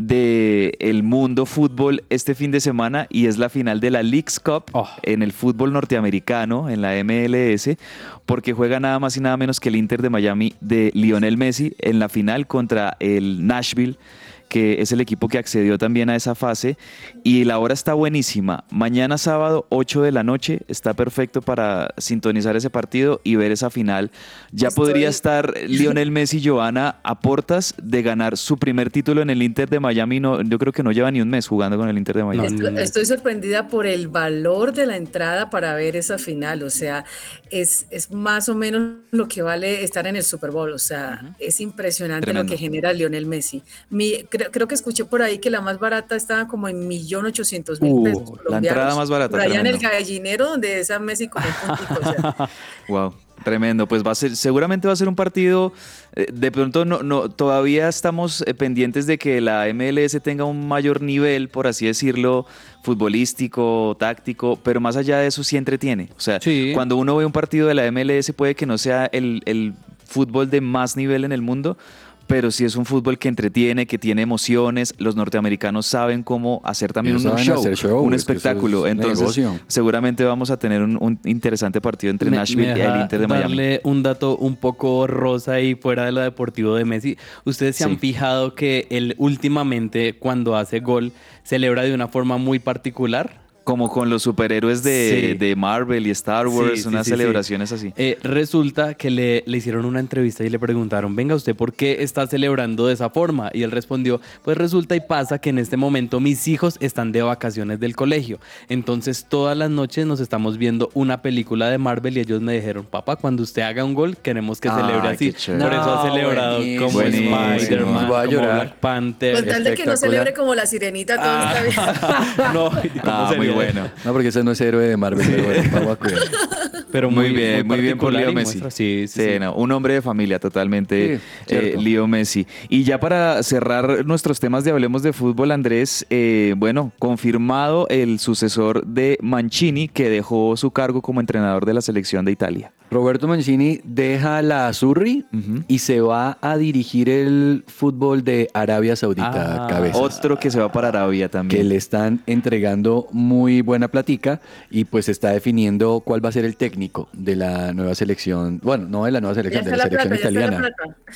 del mundo fútbol este fin de semana, y es la final de la Leagues Cup en el fútbol norteamericano, en la MLS, porque juega nada más y nada menos que el Inter de Miami de Lionel Messi en la final contra el Nashville, que es el equipo que accedió también a esa fase, y la hora está buenísima. Mañana sábado, 8 de la noche, está perfecto para sintonizar ese partido y ver esa final. Ya podría estar Lionel Messi, Joana, a portas de ganar su primer título en el Inter de Miami. No, yo creo que no lleva ni un mes jugando con el Inter de Miami. Estoy sorprendida por el valor de la entrada para ver esa final, o sea, es más o menos lo que vale estar en el Super Bowl, o sea, es impresionante. Tremendo. Lo que genera Lionel Messi. Creo que escuché por ahí que la más barata estaba como en 1.800.000 pesos colombianos. La entrada más barata. Por allá tremendo. En el gallinero donde esa Messi con el puntito. O sea. Wow, tremendo. Pues seguramente va a ser un partido. De pronto todavía estamos pendientes de que la MLS tenga un mayor nivel, por así decirlo, futbolístico, táctico, pero más allá de eso sí entretiene. O sea, cuando uno ve un partido de la MLS puede que no sea el fútbol de más nivel en el mundo, pero sí es un fútbol que entretiene, que tiene emociones. Los norteamericanos saben cómo hacer también un show, un espectáculo. Entonces, seguramente vamos a tener un interesante partido entre Nashville y el Inter de Miami. Darle un dato un poco rosa y fuera de lo deportivo de Messi. ¿Ustedes se han fijado que él últimamente, cuando hace gol, celebra de una forma muy particular? Como con los superhéroes de Marvel y Star Wars, unas celebraciones así. Resulta que le hicieron una entrevista y le preguntaron, venga, ¿usted por qué está celebrando de esa forma? Y él respondió, pues resulta y pasa que en este momento mis hijos están de vacaciones del colegio. Entonces todas las noches nos estamos viendo una película de Marvel y ellos me dijeron, papá, cuando usted haga un gol queremos que celebre así. Por eso ha celebrado como Spider-Man, como Black Panther. Con tal de que no celebre como la Sirenita, todo está bien. No, ¿cómo sería? bueno. No, porque ese no es héroe de Marvel, pero bueno, vamos a cuidar. Pero muy bien por Leo Messi. Sí. No, un hombre de familia totalmente, Leo Messi. Y ya para cerrar nuestros temas de Hablemos de Fútbol, Andrés, confirmado el sucesor de Mancini, que dejó su cargo como entrenador de la selección de Italia. Roberto Mancini deja la Azzurri y se va a dirigir el fútbol de Arabia Saudita, Cabezas. Otro que se va para Arabia también. Que le están entregando muy buena platica y pues está definiendo cuál va a ser el técnico de la nueva selección. Bueno, no de la nueva selección, de la selección italiana.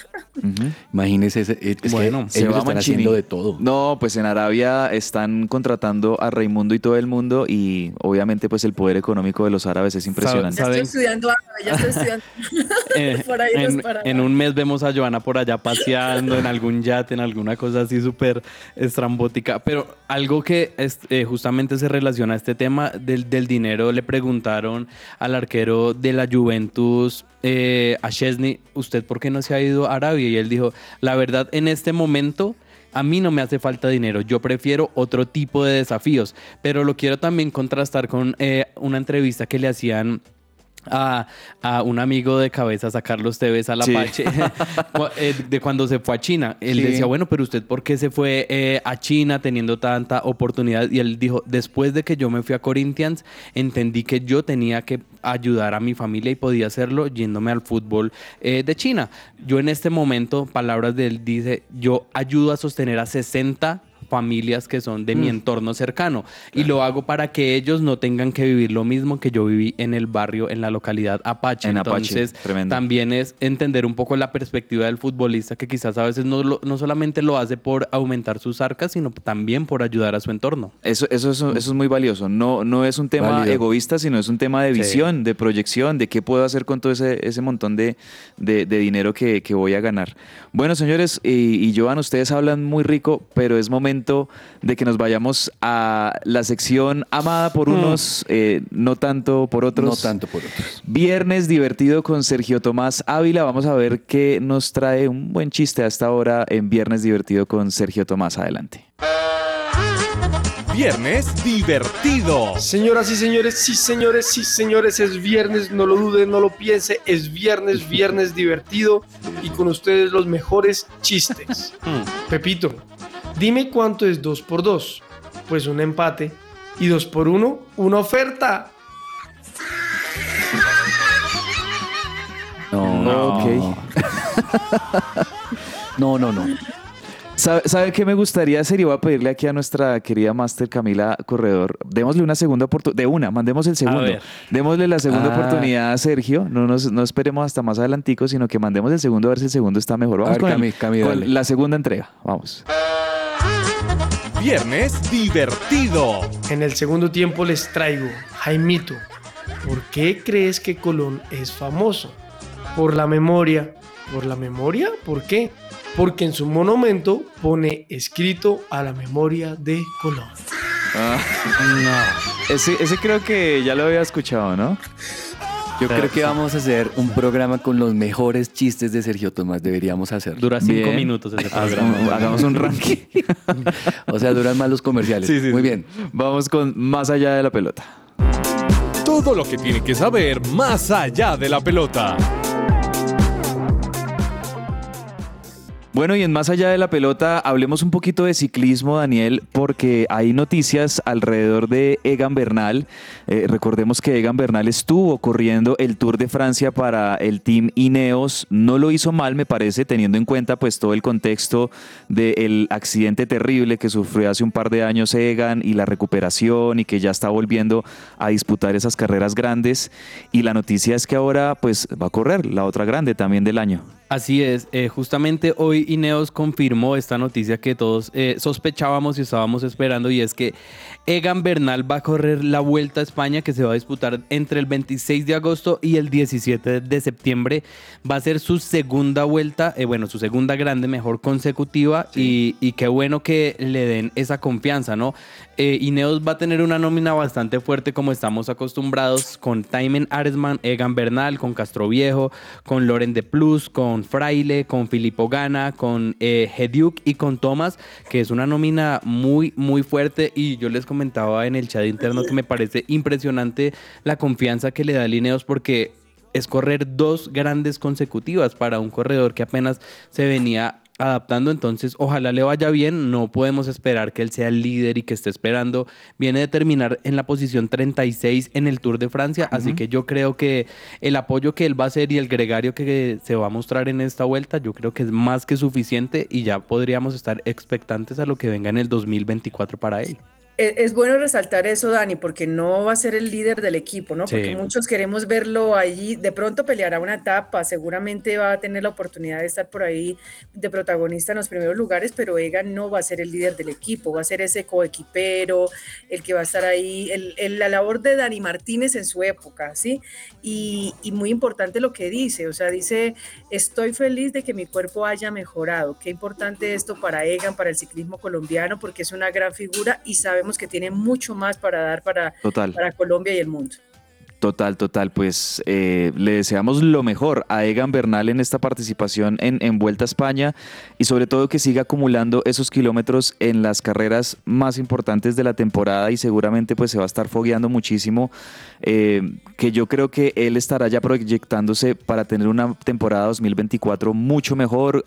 Imagínese, es que ellos están haciendo de todo. No, pues en Arabia están contratando a Raimundo y todo el mundo y obviamente pues el poder económico de los árabes es impresionante. Ya estoy estudiando árabe, ya estoy estudiando. Por ahí en un mes vemos a Joana por allá paseando en algún yate, en alguna cosa así súper estrambótica. Pero algo que justamente se relaciona a este tema del dinero, le preguntaron al arquero de la Juventus, a Szczęsny, ¿usted por qué no se ha ido a Arabia? Y él dijo, la verdad, en este momento a mí no me hace falta dinero, yo prefiero otro tipo de desafíos. Pero lo quiero también contrastar con una entrevista que le hacían a un amigo de Cabezas, a Carlos Tevez, al Apache, de cuando se fue a China. Él decía, bueno, pero ¿usted por qué se fue a China teniendo tanta oportunidad? Y él dijo, después de que yo me fui a Corinthians, entendí que yo tenía que ayudar a mi familia y podía hacerlo yéndome al fútbol de China. Yo en este momento, palabras de él, dice, yo ayudo a sostener a 60 familias que son de mi entorno cercano y lo hago para que ellos no tengan que vivir lo mismo que yo viví en el barrio, en la localidad Apache. Entonces también es entender un poco la perspectiva del futbolista, que quizás a veces no solamente lo hace por aumentar sus arcas, sino también por ayudar a su entorno. Eso es muy valioso. No es un tema egoísta, sino es un tema de visión, de proyección, de qué puedo hacer con todo ese montón de dinero que voy a ganar. Bueno, señores, y Joan, ustedes hablan muy rico, pero es momento de que nos vayamos a la sección amada por unos, no tanto por otros. No tanto por otros. Viernes divertido con Sergio Tomás Ávila. Vamos a ver qué nos trae un buen chiste a esta hora en Viernes divertido con Sergio Tomás. Adelante. Viernes divertido. Señoras y señores, sí señores, es viernes, no lo dude, no lo piense, es viernes divertido y con ustedes los mejores chistes. Pepito, dime cuánto es 2 por 2. Pues un empate. Y 2 por 1, una oferta. No. ¿Sabe qué me gustaría hacer? Y voy a pedirle aquí a nuestra querida máster Camila Corredor, démosle una segunda oportunidad, mandemos el segundo. Démosle la segunda oportunidad a Sergio, no esperemos hasta más adelantico, sino que mandemos el segundo a ver si el segundo está mejor. Vamos con la segunda entrega, vamos. Viernes divertido. En el segundo tiempo les traigo, Jaimito, ¿por qué crees que Colón es famoso? Por la memoria. ¿Por la memoria? ¿Por qué? Porque en su monumento pone escrito a la memoria de Colón. No. Ese creo que ya lo había escuchado, ¿no? Yo creo que vamos a hacer un programa con los mejores chistes de Sergio Tomás. Deberíamos hacerlo. Dura 5 minutos ese programa. Hagamos un ranking. O sea, duran más los comerciales. Sí, muy bien. Vamos con Más allá de la pelota. Todo lo que tiene que saber más allá de la pelota. Bueno, y en Más allá de la pelota, hablemos un poquito de ciclismo, Daniel, porque hay noticias alrededor de Egan Bernal. Recordemos que Egan Bernal estuvo corriendo el Tour de Francia para el Team Ineos. No lo hizo mal, me parece, teniendo en cuenta pues todo el contexto del accidente terrible que sufrió hace un par de años Egan y la recuperación y que ya está volviendo a disputar esas carreras grandes. Y la noticia es que ahora pues va a correr la otra grande también del año. Así es, justamente hoy Ineos confirmó esta noticia que todos sospechábamos y estábamos esperando, y es que Egan Bernal va a correr la Vuelta a España, que se va a disputar entre el 26 de agosto y el 17 de septiembre. Va a ser su segunda vuelta, su segunda grande mejor consecutiva, sí. y qué bueno que le den esa confianza, ¿no? Ineos va a tener una nómina bastante fuerte como estamos acostumbrados, con Thymen Arensman, Egan Bernal, con Castroviejo, con Laurent de Plus, con con Fraile, con Filippo Ganna, con Hediuk y con Thomas, que es una nómina muy, muy fuerte. Y yo les comentaba en el chat interno que me parece impresionante la confianza que le da Lineos, porque es correr 2 grandes consecutivas para un corredor que apenas se venía adaptando. Entonces ojalá le vaya bien. No podemos esperar que él sea el líder y que esté esperando. Viene de terminar en la posición 36 en el Tour de Francia, así que yo creo que el apoyo que él va a hacer y el gregario que se va a mostrar en esta vuelta, yo creo que es más que suficiente y ya podríamos estar expectantes a lo que venga en el 2024 para él. Es bueno resaltar eso, Dani, porque no va a ser el líder del equipo, ¿no? Porque muchos queremos verlo allí, de pronto peleará una etapa, seguramente va a tener la oportunidad de estar por ahí de protagonista en los primeros lugares, pero Egan no va a ser el líder del equipo, va a ser ese coequipero, el que va a estar ahí, la labor de Dani Martínez en su época, ¿sí? Y muy importante lo que dice, o sea, dice, estoy feliz de que mi cuerpo haya mejorado. Qué importante esto para Egan, para el ciclismo colombiano, porque es una gran figura y sabemos que tiene mucho más para dar para Colombia y el mundo. Total. Pues le deseamos lo mejor a Egan Bernal en esta participación en Vuelta a España y sobre todo que siga acumulando esos kilómetros en las carreras más importantes de la temporada y seguramente pues se va a estar fogueando muchísimo, que yo creo que él estará ya proyectándose para tener una temporada 2024 mucho mejor,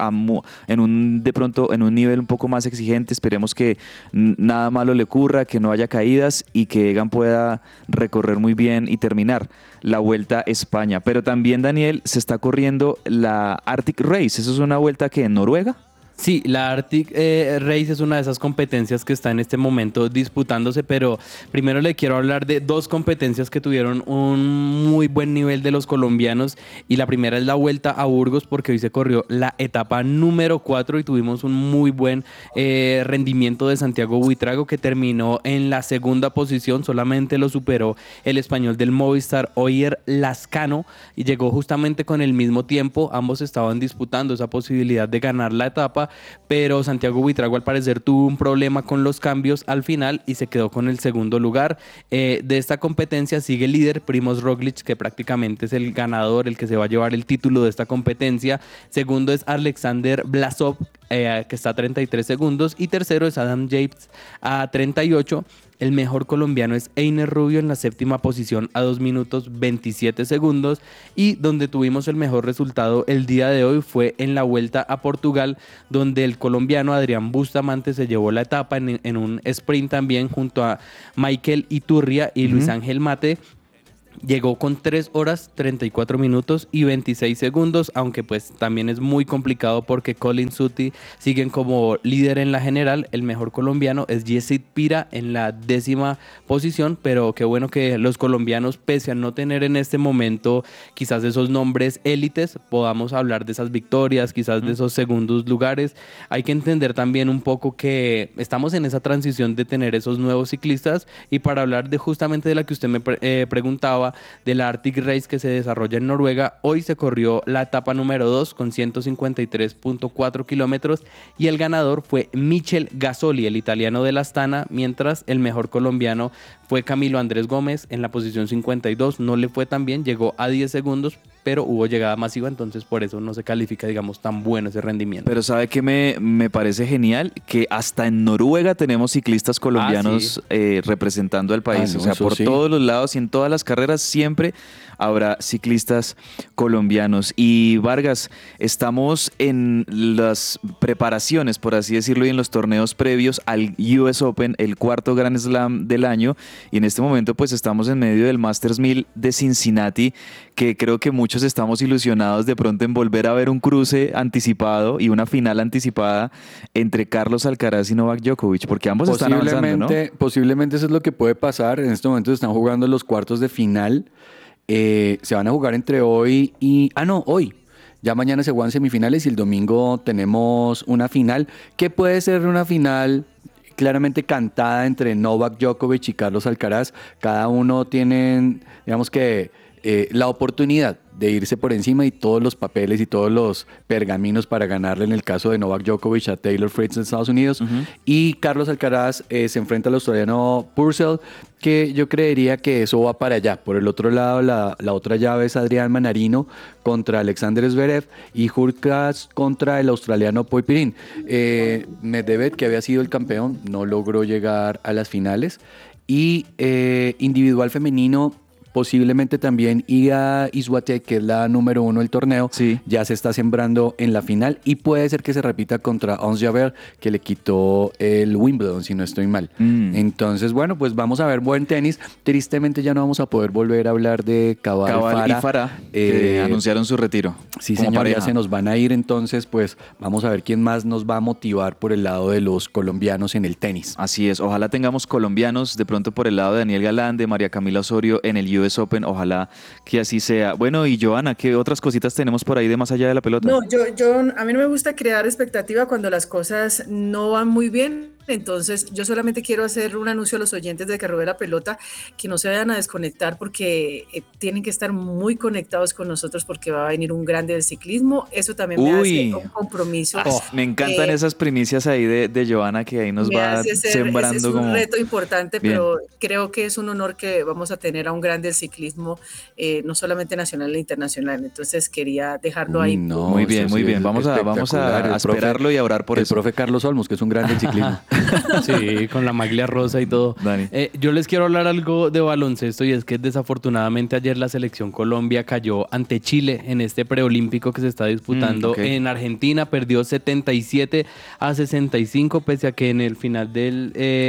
de pronto en un nivel un poco más exigente. Esperemos que nada malo le ocurra, que no haya caídas y que Egan pueda recorrer muy bien y terminar la Vuelta a España. Pero también, Daniel, se está corriendo la Arctic Race. ¿Eso es una vuelta que en Noruega? Sí, la Arctic Race es una de esas competencias que está en este momento disputándose, pero primero le quiero hablar de 2 competencias que tuvieron un muy buen nivel de los colombianos, y la primera es la Vuelta a Burgos, porque hoy se corrió la etapa número 4 y tuvimos un muy buen rendimiento de Santiago Buitrago, que terminó en la segunda posición. Solamente lo superó el español del Movistar, Oyer Lascano, y llegó justamente con el mismo tiempo. Ambos estaban disputando esa posibilidad de ganar la etapa, pero Santiago Buitrago al parecer tuvo un problema con los cambios al final y se quedó con el segundo lugar. De esta competencia sigue el líder Primož Roglič, que prácticamente es el ganador, el que se va a llevar el título de esta competencia. Segundo es Alexander Blasov, que está a 33 segundos, y tercero es Adam Yates a 38. El mejor colombiano es Einer Rubio en la 7ª posición a 2 minutos 27 segundos, y donde tuvimos el mejor resultado el día de hoy fue en la Vuelta a Portugal, donde el colombiano Adrián Bustamante se llevó la etapa en un sprint también junto a Michael Iturria y Luis Ángel Mate. Llegó con 3 horas 34 minutos y 26 segundos, aunque pues también es muy complicado porque Colin Suti siguen como líder en la general. El mejor colombiano es Yesid Pira en la 10ª posición, pero qué bueno que los colombianos, pese a no tener en este momento quizás esos nombres élites, podamos hablar de esas victorias, quizás de esos segundos lugares. Hay que entender también un poco que estamos en esa transición de tener esos nuevos ciclistas, y para hablar de justamente de la que usted me preguntaba, de la Arctic Race que se desarrolla en Noruega, hoy se corrió la etapa número 2 con 153.4 kilómetros y el ganador fue Michel Gasoli, el italiano de la Astana, mientras el mejor colombiano fue Camilo Andrés Gómez en la posición 52. No le fue tan bien, llegó a 10 segundos, pero hubo llegada masiva, entonces por eso no se califica, digamos, tan bueno ese rendimiento. Pero ¿sabe qué me parece genial? Que hasta en Noruega tenemos ciclistas colombianos representando al país. Por todos los lados y en todas las carreras siempre habrá ciclistas colombianos. Y Vargas, estamos en las preparaciones, por así decirlo, y en los torneos previos al US Open, el 4º Grand Slam del año, y en este momento pues estamos en medio del Masters 1000 de Cincinnati, que creo que muchos estamos ilusionados de pronto en volver a ver un cruce anticipado y una final anticipada entre Carlos Alcaraz y Novak Djokovic, porque ambos están avanzando, ¿no? Posiblemente eso es lo que puede pasar. En este momento están jugando los cuartos de final. Se van a jugar entre hoy y... hoy. Ya mañana se juegan semifinales y el domingo tenemos una final, que puede ser una final claramente cantada entre Novak Djokovic y Carlos Alcaraz. Cada uno tienen, digamos que la oportunidad de irse por encima y todos los papeles y todos los pergaminos para ganarle en el caso de Novak Djokovic a Taylor Fritz en Estados Unidos. Y Carlos Alcaraz se enfrenta al australiano Purcell, que yo creería que eso va para allá. Por el otro lado, la otra llave es Adrián Manarino contra Alexander Zverev y Hurkacz contra el australiano Poipirin. Medvedev, que había sido el campeón, no logró llegar a las finales. Y individual femenino, posiblemente también Iga Swiatek, que es la número 1 del torneo, ya se está sembrando en la final y puede ser que se repita contra Ons Jabeur, que le quitó el Wimbledon, si no estoy mal. Entonces, bueno, pues vamos a ver buen tenis. Tristemente ya no vamos a poder volver a hablar de Cabal y Farah, que anunciaron su retiro. Sí, señor, ya se nos van a ir, entonces pues vamos a ver quién más nos va a motivar por el lado de los colombianos en el tenis. Así es, ojalá tengamos colombianos de pronto por el lado de Daniel Galán, de María Camila Osorio en el US Open, ojalá que así sea. Bueno, y Johanna, ¿qué otras cositas tenemos por ahí de más allá de la pelota? No, a mí no me gusta crear expectativa cuando las cosas no van muy bien. Entonces, yo solamente quiero hacer un anuncio a los oyentes de Que Ruede la Pelota, que no se vayan a desconectar porque tienen que estar muy conectados con nosotros porque va a venir un grande del ciclismo. Eso también me hace un compromiso. Me encantan esas primicias ahí de Johanna, que ahí nos va sembrando. Es un reto importante, pero creo que es un honor que vamos a tener a un grande del ciclismo, no solamente nacional e internacional. Entonces, quería dejarlo ahí. No, muy bien. Vamos a esperarlo y a orar por eso. El profe Carlos Olmos, que es un grande del ciclismo. Sí, con la maglia rosa y todo. Yo les quiero hablar algo de baloncesto, y es que desafortunadamente ayer la selección Colombia cayó ante Chile en este preolímpico que se está disputando en Argentina. Perdió 77-65, pese a que en el final en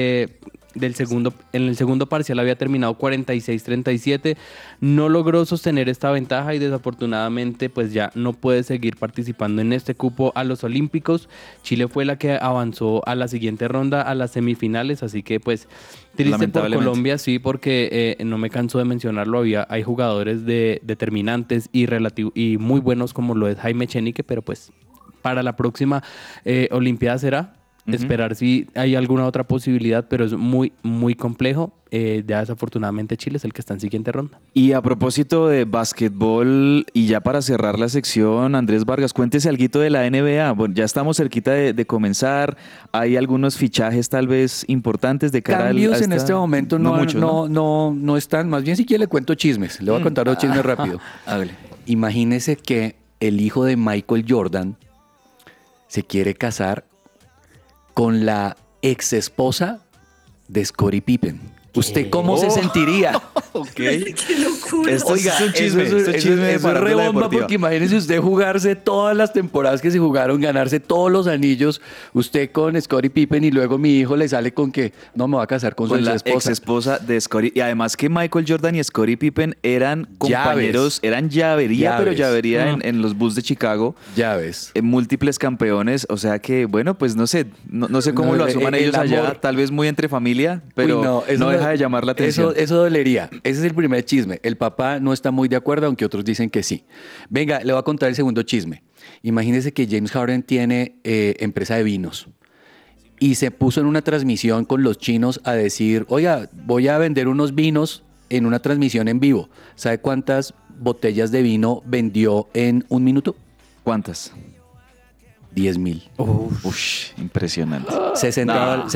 el segundo parcial había terminado 46-37. No logró sostener esta ventaja y desafortunadamente pues ya no puede seguir participando en este cupo a los Olímpicos. Chile fue la que avanzó a la siguiente ronda, a las semifinales, así que pues triste por Colombia, sí, porque no me canso de mencionarlo, hay jugadores determinantes y muy buenos como lo es Jaime Echenique, pero pues para la próxima Olimpiada será esperar si hay alguna otra posibilidad, pero es muy, muy complejo. Ya desafortunadamente Chile es el que está en siguiente ronda. Y a propósito de básquetbol, y ya para cerrar la sección, Andrés Vargas, cuéntese algo de la NBA. Bueno, ya estamos cerquita de comenzar. Hay algunos fichajes tal vez importantes de cara Cambios en este momento no están. Más bien si quiere le cuento chismes. Le voy a contar dos chismes rápido. Imagínese que el hijo de Michael Jordan se quiere casar con la ex esposa de Scottie Pippen. ¿Usted cómo se sentiría? ¡Qué locura! Esto es un chisme. Esto es re bomba, porque imagínese usted jugarse todas las temporadas que se jugaron, ganarse todos los anillos, usted con Scottie Pippen, y luego mi hijo le sale con que no me va a casar con su ex esposa de Scottie. Y además que Michael Jordan y Scottie Pippen eran compañeros, eran llavería, pero llavería en los Bulls de Chicago. Llaves. Múltiples campeones, o sea que, bueno, pues no sé cómo lo asuman ellos allá, tal vez muy entre familia, pero no deja de llamar la atención. Eso dolería. Ese es el primer chisme. El papá no está muy de acuerdo, aunque otros dicen que sí. Venga, le voy a contar el segundo chisme. Imagínese que James Harden tiene empresa de vinos y se puso en una transmisión con los chinos a decir, oiga, voy a vender unos vinos en una transmisión en vivo. ¿Sabe cuántas botellas de vino vendió en un minuto? ¿Cuántas? 10,000. Impresionante. $60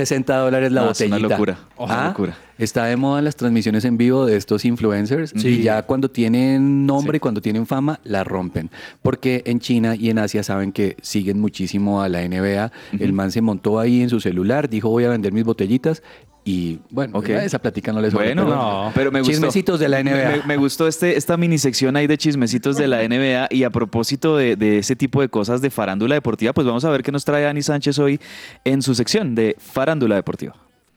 la botellita. Es una locura. Locura. Está de moda las transmisiones en vivo de estos influencers, y ya cuando tienen nombre y cuando tienen fama, la rompen. Porque en China y en Asia saben que siguen muchísimo a la NBA. El man se montó ahí en su celular, dijo voy a vender mis botellitas. Y bueno, esa plática no les va pero me gustó. Chismecitos de la NBA. Me gustó esta minisección ahí de chismecitos de la NBA. Y a propósito de ese tipo de cosas de farándula deportiva, pues vamos a ver qué nos trae Ani Sánchez hoy en su sección de Farándula Deportiva.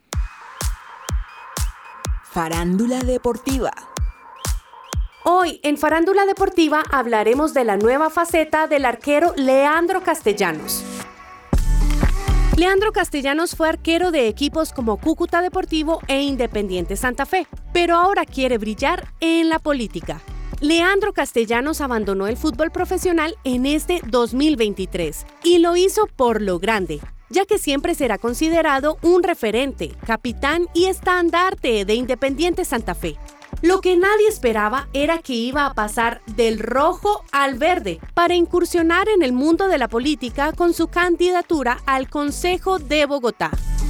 Farándula Deportiva. Hoy en Farándula Deportiva hablaremos de la nueva faceta del arquero Leandro Castellanos. Leandro Castellanos fue arquero de equipos como Cúcuta Deportivo e Independiente Santa Fe, pero ahora quiere brillar en la política. Leandro Castellanos abandonó el fútbol profesional en este 2023 y lo hizo por lo grande, ya que siempre será considerado un referente, capitán y estandarte de Independiente Santa Fe. Lo que nadie esperaba era que iba a pasar del rojo al verde para incursionar en el mundo de la política con su candidatura al Consejo de Bogotá.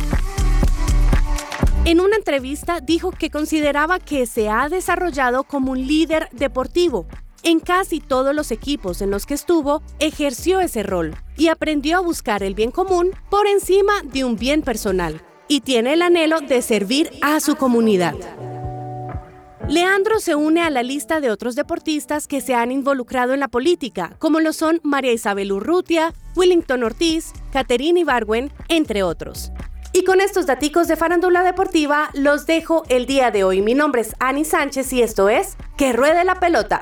En una entrevista dijo que consideraba que se ha desarrollado como un líder deportivo. En casi todos los equipos en los que estuvo, ejerció ese rol y aprendió a buscar el bien común por encima de un bien personal. Y tiene el anhelo de servir a su comunidad. Leandro se une a la lista de otros deportistas que se han involucrado en la política, como lo son María Isabel Urrutia, Willington Ortiz, Caterina Ibargüen, entre otros. Y con estos daticos de farándula deportiva los dejo el día de hoy. Mi nombre es Ani Sánchez y esto es Que Ruede la Pelota.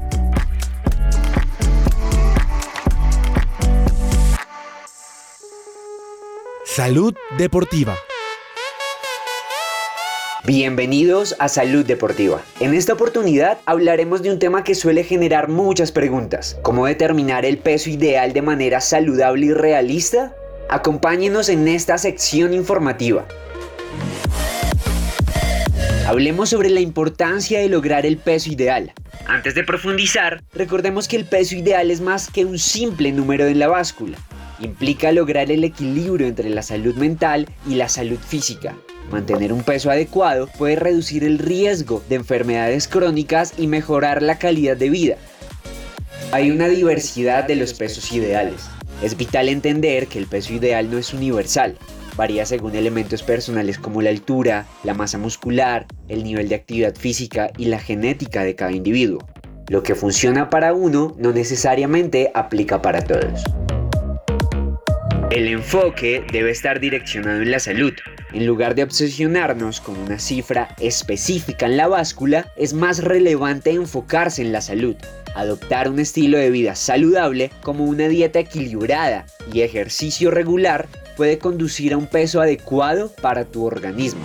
Salud Deportiva. Bienvenidos a Salud Deportiva. En esta oportunidad hablaremos de un tema que suele generar muchas preguntas. ¿Cómo determinar el peso ideal de manera saludable y realista? Acompáñenos en esta sección informativa. Hablemos sobre la importancia de lograr el peso ideal. Antes de profundizar, recordemos que el peso ideal es más que un simple número en la báscula. Implica lograr el equilibrio entre la salud mental y la salud física. Mantener un peso adecuado puede reducir el riesgo de enfermedades crónicas y mejorar la calidad de vida. Hay una diversidad de los pesos ideales. Es vital entender que el peso ideal no es universal. Varía según elementos personales como la altura, la masa muscular, el nivel de actividad física y la genética de cada individuo. Lo que funciona para uno no necesariamente aplica para todos. El enfoque debe estar direccionado en la salud. En lugar de obsesionarnos con una cifra específica en la báscula, es más relevante enfocarse en la salud. Adoptar un estilo de vida saludable como una dieta equilibrada y ejercicio regular puede conducir a un peso adecuado para tu organismo.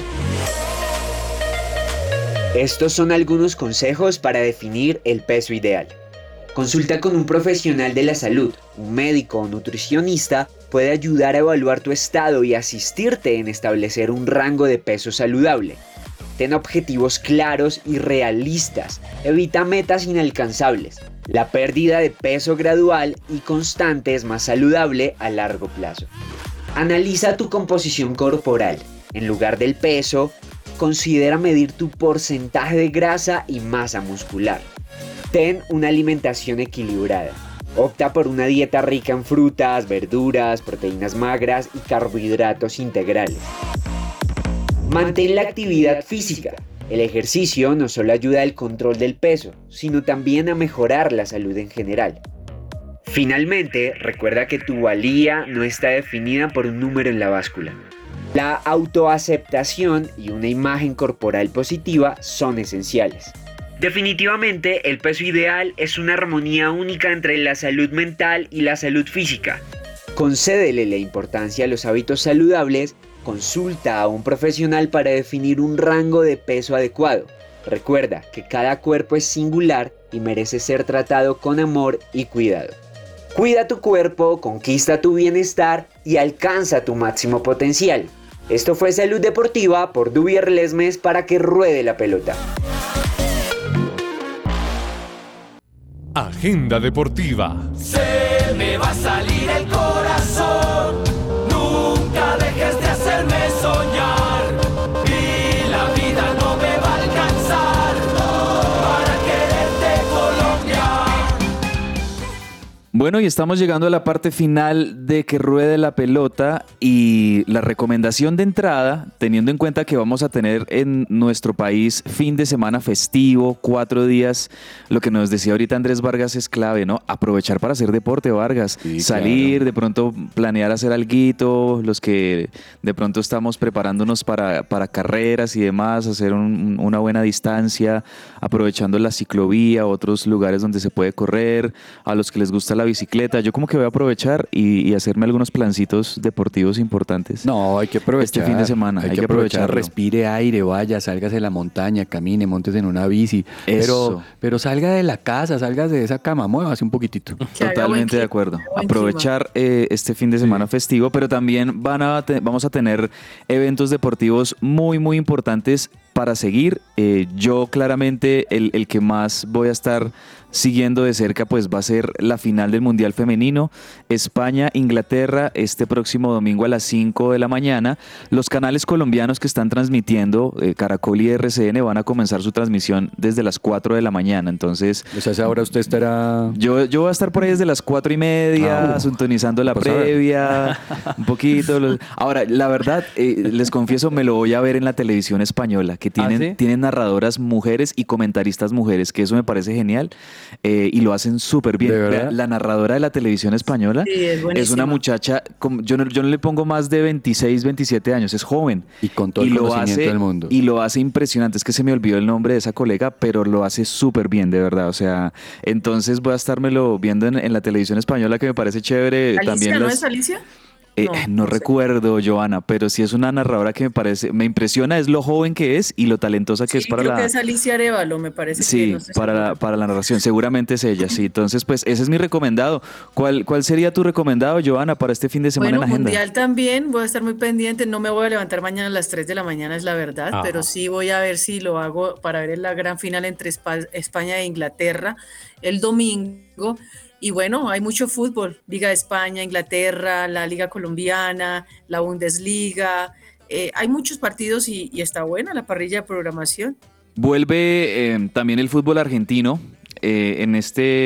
Estos son algunos consejos para definir el peso ideal. Consulta con un profesional de la salud, un médico o nutricionista puede ayudar a evaluar tu estado y asistirte en establecer un rango de peso saludable. Ten objetivos claros y realistas, evita metas inalcanzables. La pérdida de peso gradual y constante es más saludable a largo plazo. Analiza tu composición corporal. En lugar del peso, considera medir tu porcentaje de grasa y masa muscular. Ten una alimentación equilibrada. Opta por una dieta rica en frutas, verduras, proteínas magras y carbohidratos integrales. Mantén la actividad física. El ejercicio no solo ayuda al control del peso, sino también a mejorar la salud en general. Finalmente, recuerda que tu valía no está definida por un número en la báscula. La autoaceptación y una imagen corporal positiva son esenciales. Definitivamente, el peso ideal es una armonía única entre la salud mental y la salud física. Concédele la importancia a los hábitos saludables, consulta a un profesional para definir un rango de peso adecuado. Recuerda que cada cuerpo es singular y merece ser tratado con amor y cuidado. Cuida tu cuerpo, conquista tu bienestar y alcanza tu máximo potencial. Esto fue Salud Deportiva por Dubier Lesmes para que ruede la pelota. Agenda Deportiva. Se me va a salir el corazón. Nunca dejes de hacerme soñar. Y la vida no me va a alcanzar para quererte, Colombia. Bueno, y estamos llegando a la parte final de Que Ruede la Pelota y la recomendación de entrada, teniendo en cuenta que vamos a tener en nuestro país fin de semana festivo, 4 días, lo que nos decía ahorita Andrés Vargas es clave, ¿no? Aprovechar para hacer deporte, Vargas, sí, salir, claro. De pronto planear hacer alguito, los que de pronto estamos preparándonos para carreras y demás, hacer una buena distancia, aprovechando la ciclovía, otros lugares donde se puede correr, a los que les gusta la bicicleta. Yo como que voy a aprovechar y hacerme algunos plancitos deportivos importantes. No, hay que aprovechar. Este fin de semana, hay que aprovechar, respire aire, vaya, sálgase a la montaña, camine, montes en una bici. Pero salga de la casa, salga de esa cama, muévase un poquitito. Totalmente de acuerdo. Aprovechar este fin de semana festivo, pero también vamos a tener eventos deportivos muy, muy importantes para seguir. Yo claramente el que más voy a estar siguiendo de cerca pues va a ser la final del Mundial Femenino, España-Inglaterra, este próximo domingo a las 5 de la mañana. Los canales colombianos que están transmitiendo, Caracol y RCN, van a comenzar su transmisión desde las 4 de la mañana. Entonces, o sea, ahora usted estará... Yo voy a estar por ahí desde las 4:30, sintonizando la previa, un poquito. Ahora, la verdad, les confieso, me lo voy a ver en la televisión española, que tienen narradoras mujeres y comentaristas mujeres, que eso me parece genial. Y lo hacen súper bien. La narradora de la televisión española es una muchacha, yo no le pongo más de 26, 27 años, es joven. Y con todo el conocimiento del mundo. Y lo hace impresionante, es que se me olvidó el nombre de esa colega, pero lo hace súper bien, de verdad. O sea, entonces voy a estármelo viendo en la televisión española, que me parece chévere. ¿Alicia? También ¿No es Alicia? No recuerdo, Joana, pero sí es una narradora que me impresiona, es lo joven que es y lo talentosa que es para creo que es Alicia Arevalo, me parece. Sí, no sé para la narración, seguramente es ella, sí. Entonces, pues ese es mi recomendado. ¿Cuál sería tu recomendado, Joana, para este fin de semana en la agenda? Mundial también, voy a estar muy pendiente, no me voy a levantar mañana a las 3 de la mañana, es la verdad, pero sí voy a ver si lo hago para ver la gran final entre España e Inglaterra el domingo. Y bueno, hay mucho fútbol, Liga de España, Inglaterra, la Liga Colombiana, la Bundesliga, hay muchos partidos y está buena la parrilla de programación. Vuelve también el fútbol argentino en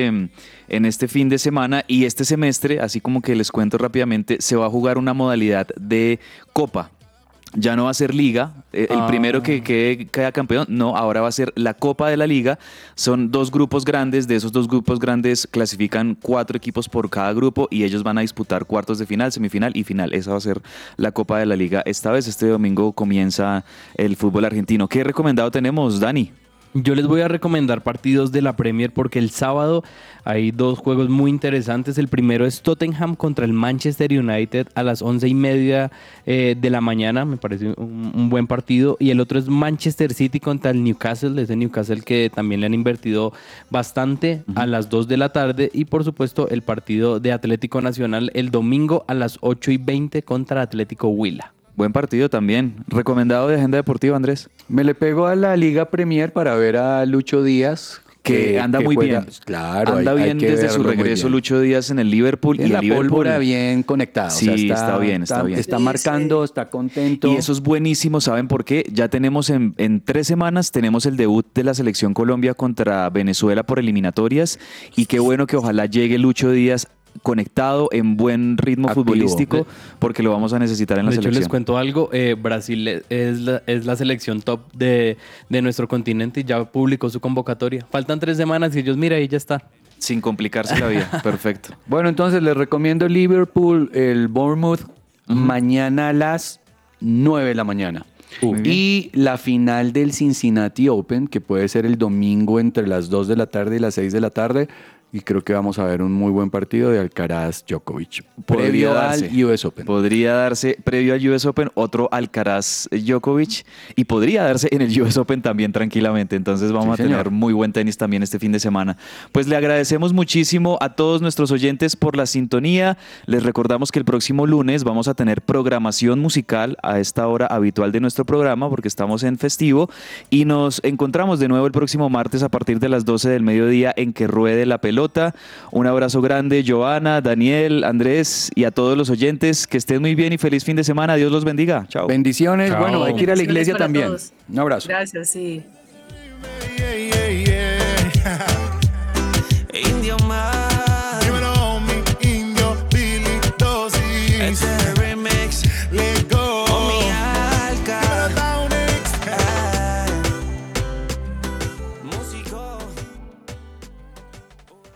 este fin de semana, y este semestre, así como que les cuento rápidamente, se va a jugar una modalidad de Copa. Ya no va a ser liga, el primero que queda campeón, no, ahora va a ser la Copa de la Liga. Son 2 grupos grandes, de esos 2 grupos grandes clasifican 4 equipos por cada grupo y ellos van a disputar cuartos de final, semifinal y final. Esa va a ser la Copa de la Liga esta vez. Este domingo comienza el fútbol argentino. ¿Qué recomendado tenemos, Dani? Yo les voy a recomendar partidos de la Premier porque el sábado hay 2 juegos muy interesantes. El primero es Tottenham contra el Manchester United a las 11:30 de la mañana. Me parece un buen partido. Y el otro es Manchester City contra el Newcastle. Ese Newcastle que también le han invertido bastante, a las 2 de la tarde. Y por supuesto el partido de Atlético Nacional el domingo a las 8:20 contra Atlético Huila. Buen partido también. ¿Recomendado de agenda deportiva, Andrés? Me le pego a la Liga Premier para ver a Lucho Díaz. Que anda muy bien. Claro, anda bien desde su regreso Lucho Díaz en el Liverpool. Y la pólvora bien conectada. Sí, o sea, está bien. Está marcando, está contento. Y eso es buenísimo, ¿saben por qué? Ya tenemos en 3 semanas, tenemos el debut de la Selección Colombia contra Venezuela por eliminatorias. Y qué bueno que ojalá llegue Lucho Díaz conectado, en buen ritmo futbolístico, porque lo vamos a necesitar en la selección. De hecho, les cuento algo, Brasil es la selección top de nuestro continente y ya publicó su convocatoria. Faltan 3 semanas y ellos, mira, ahí ya está. Sin complicarse la vida, perfecto. Bueno, entonces les recomiendo Liverpool, el Bournemouth, mañana a las 9 de la mañana. Y la final del Cincinnati Open, que puede ser el domingo entre las 2 de la tarde y las 6 de la tarde. Y creo que vamos a ver un muy buen partido de Alcaraz-Djokovic. Previo al US Open. Podría darse, previo al US Open, otro Alcaraz-Djokovic. Y podría darse en el US Open también tranquilamente. Entonces vamos a tener muy buen tenis también este fin de semana. Pues le agradecemos muchísimo a todos nuestros oyentes por la sintonía. Les recordamos que el próximo lunes vamos a tener programación musical a esta hora habitual de nuestro programa, porque estamos en festivo. Y nos encontramos de nuevo el próximo martes a partir de las 12 del mediodía en Que Ruede la Pelota. Un abrazo grande, Joana, Daniel, Andrés y a todos los oyentes. Que estén muy bien y feliz fin de semana. Dios los bendiga. Chao. Bendiciones. Chao. Bueno, hay que ir a la iglesia también. Todos. Un abrazo. Gracias, sí.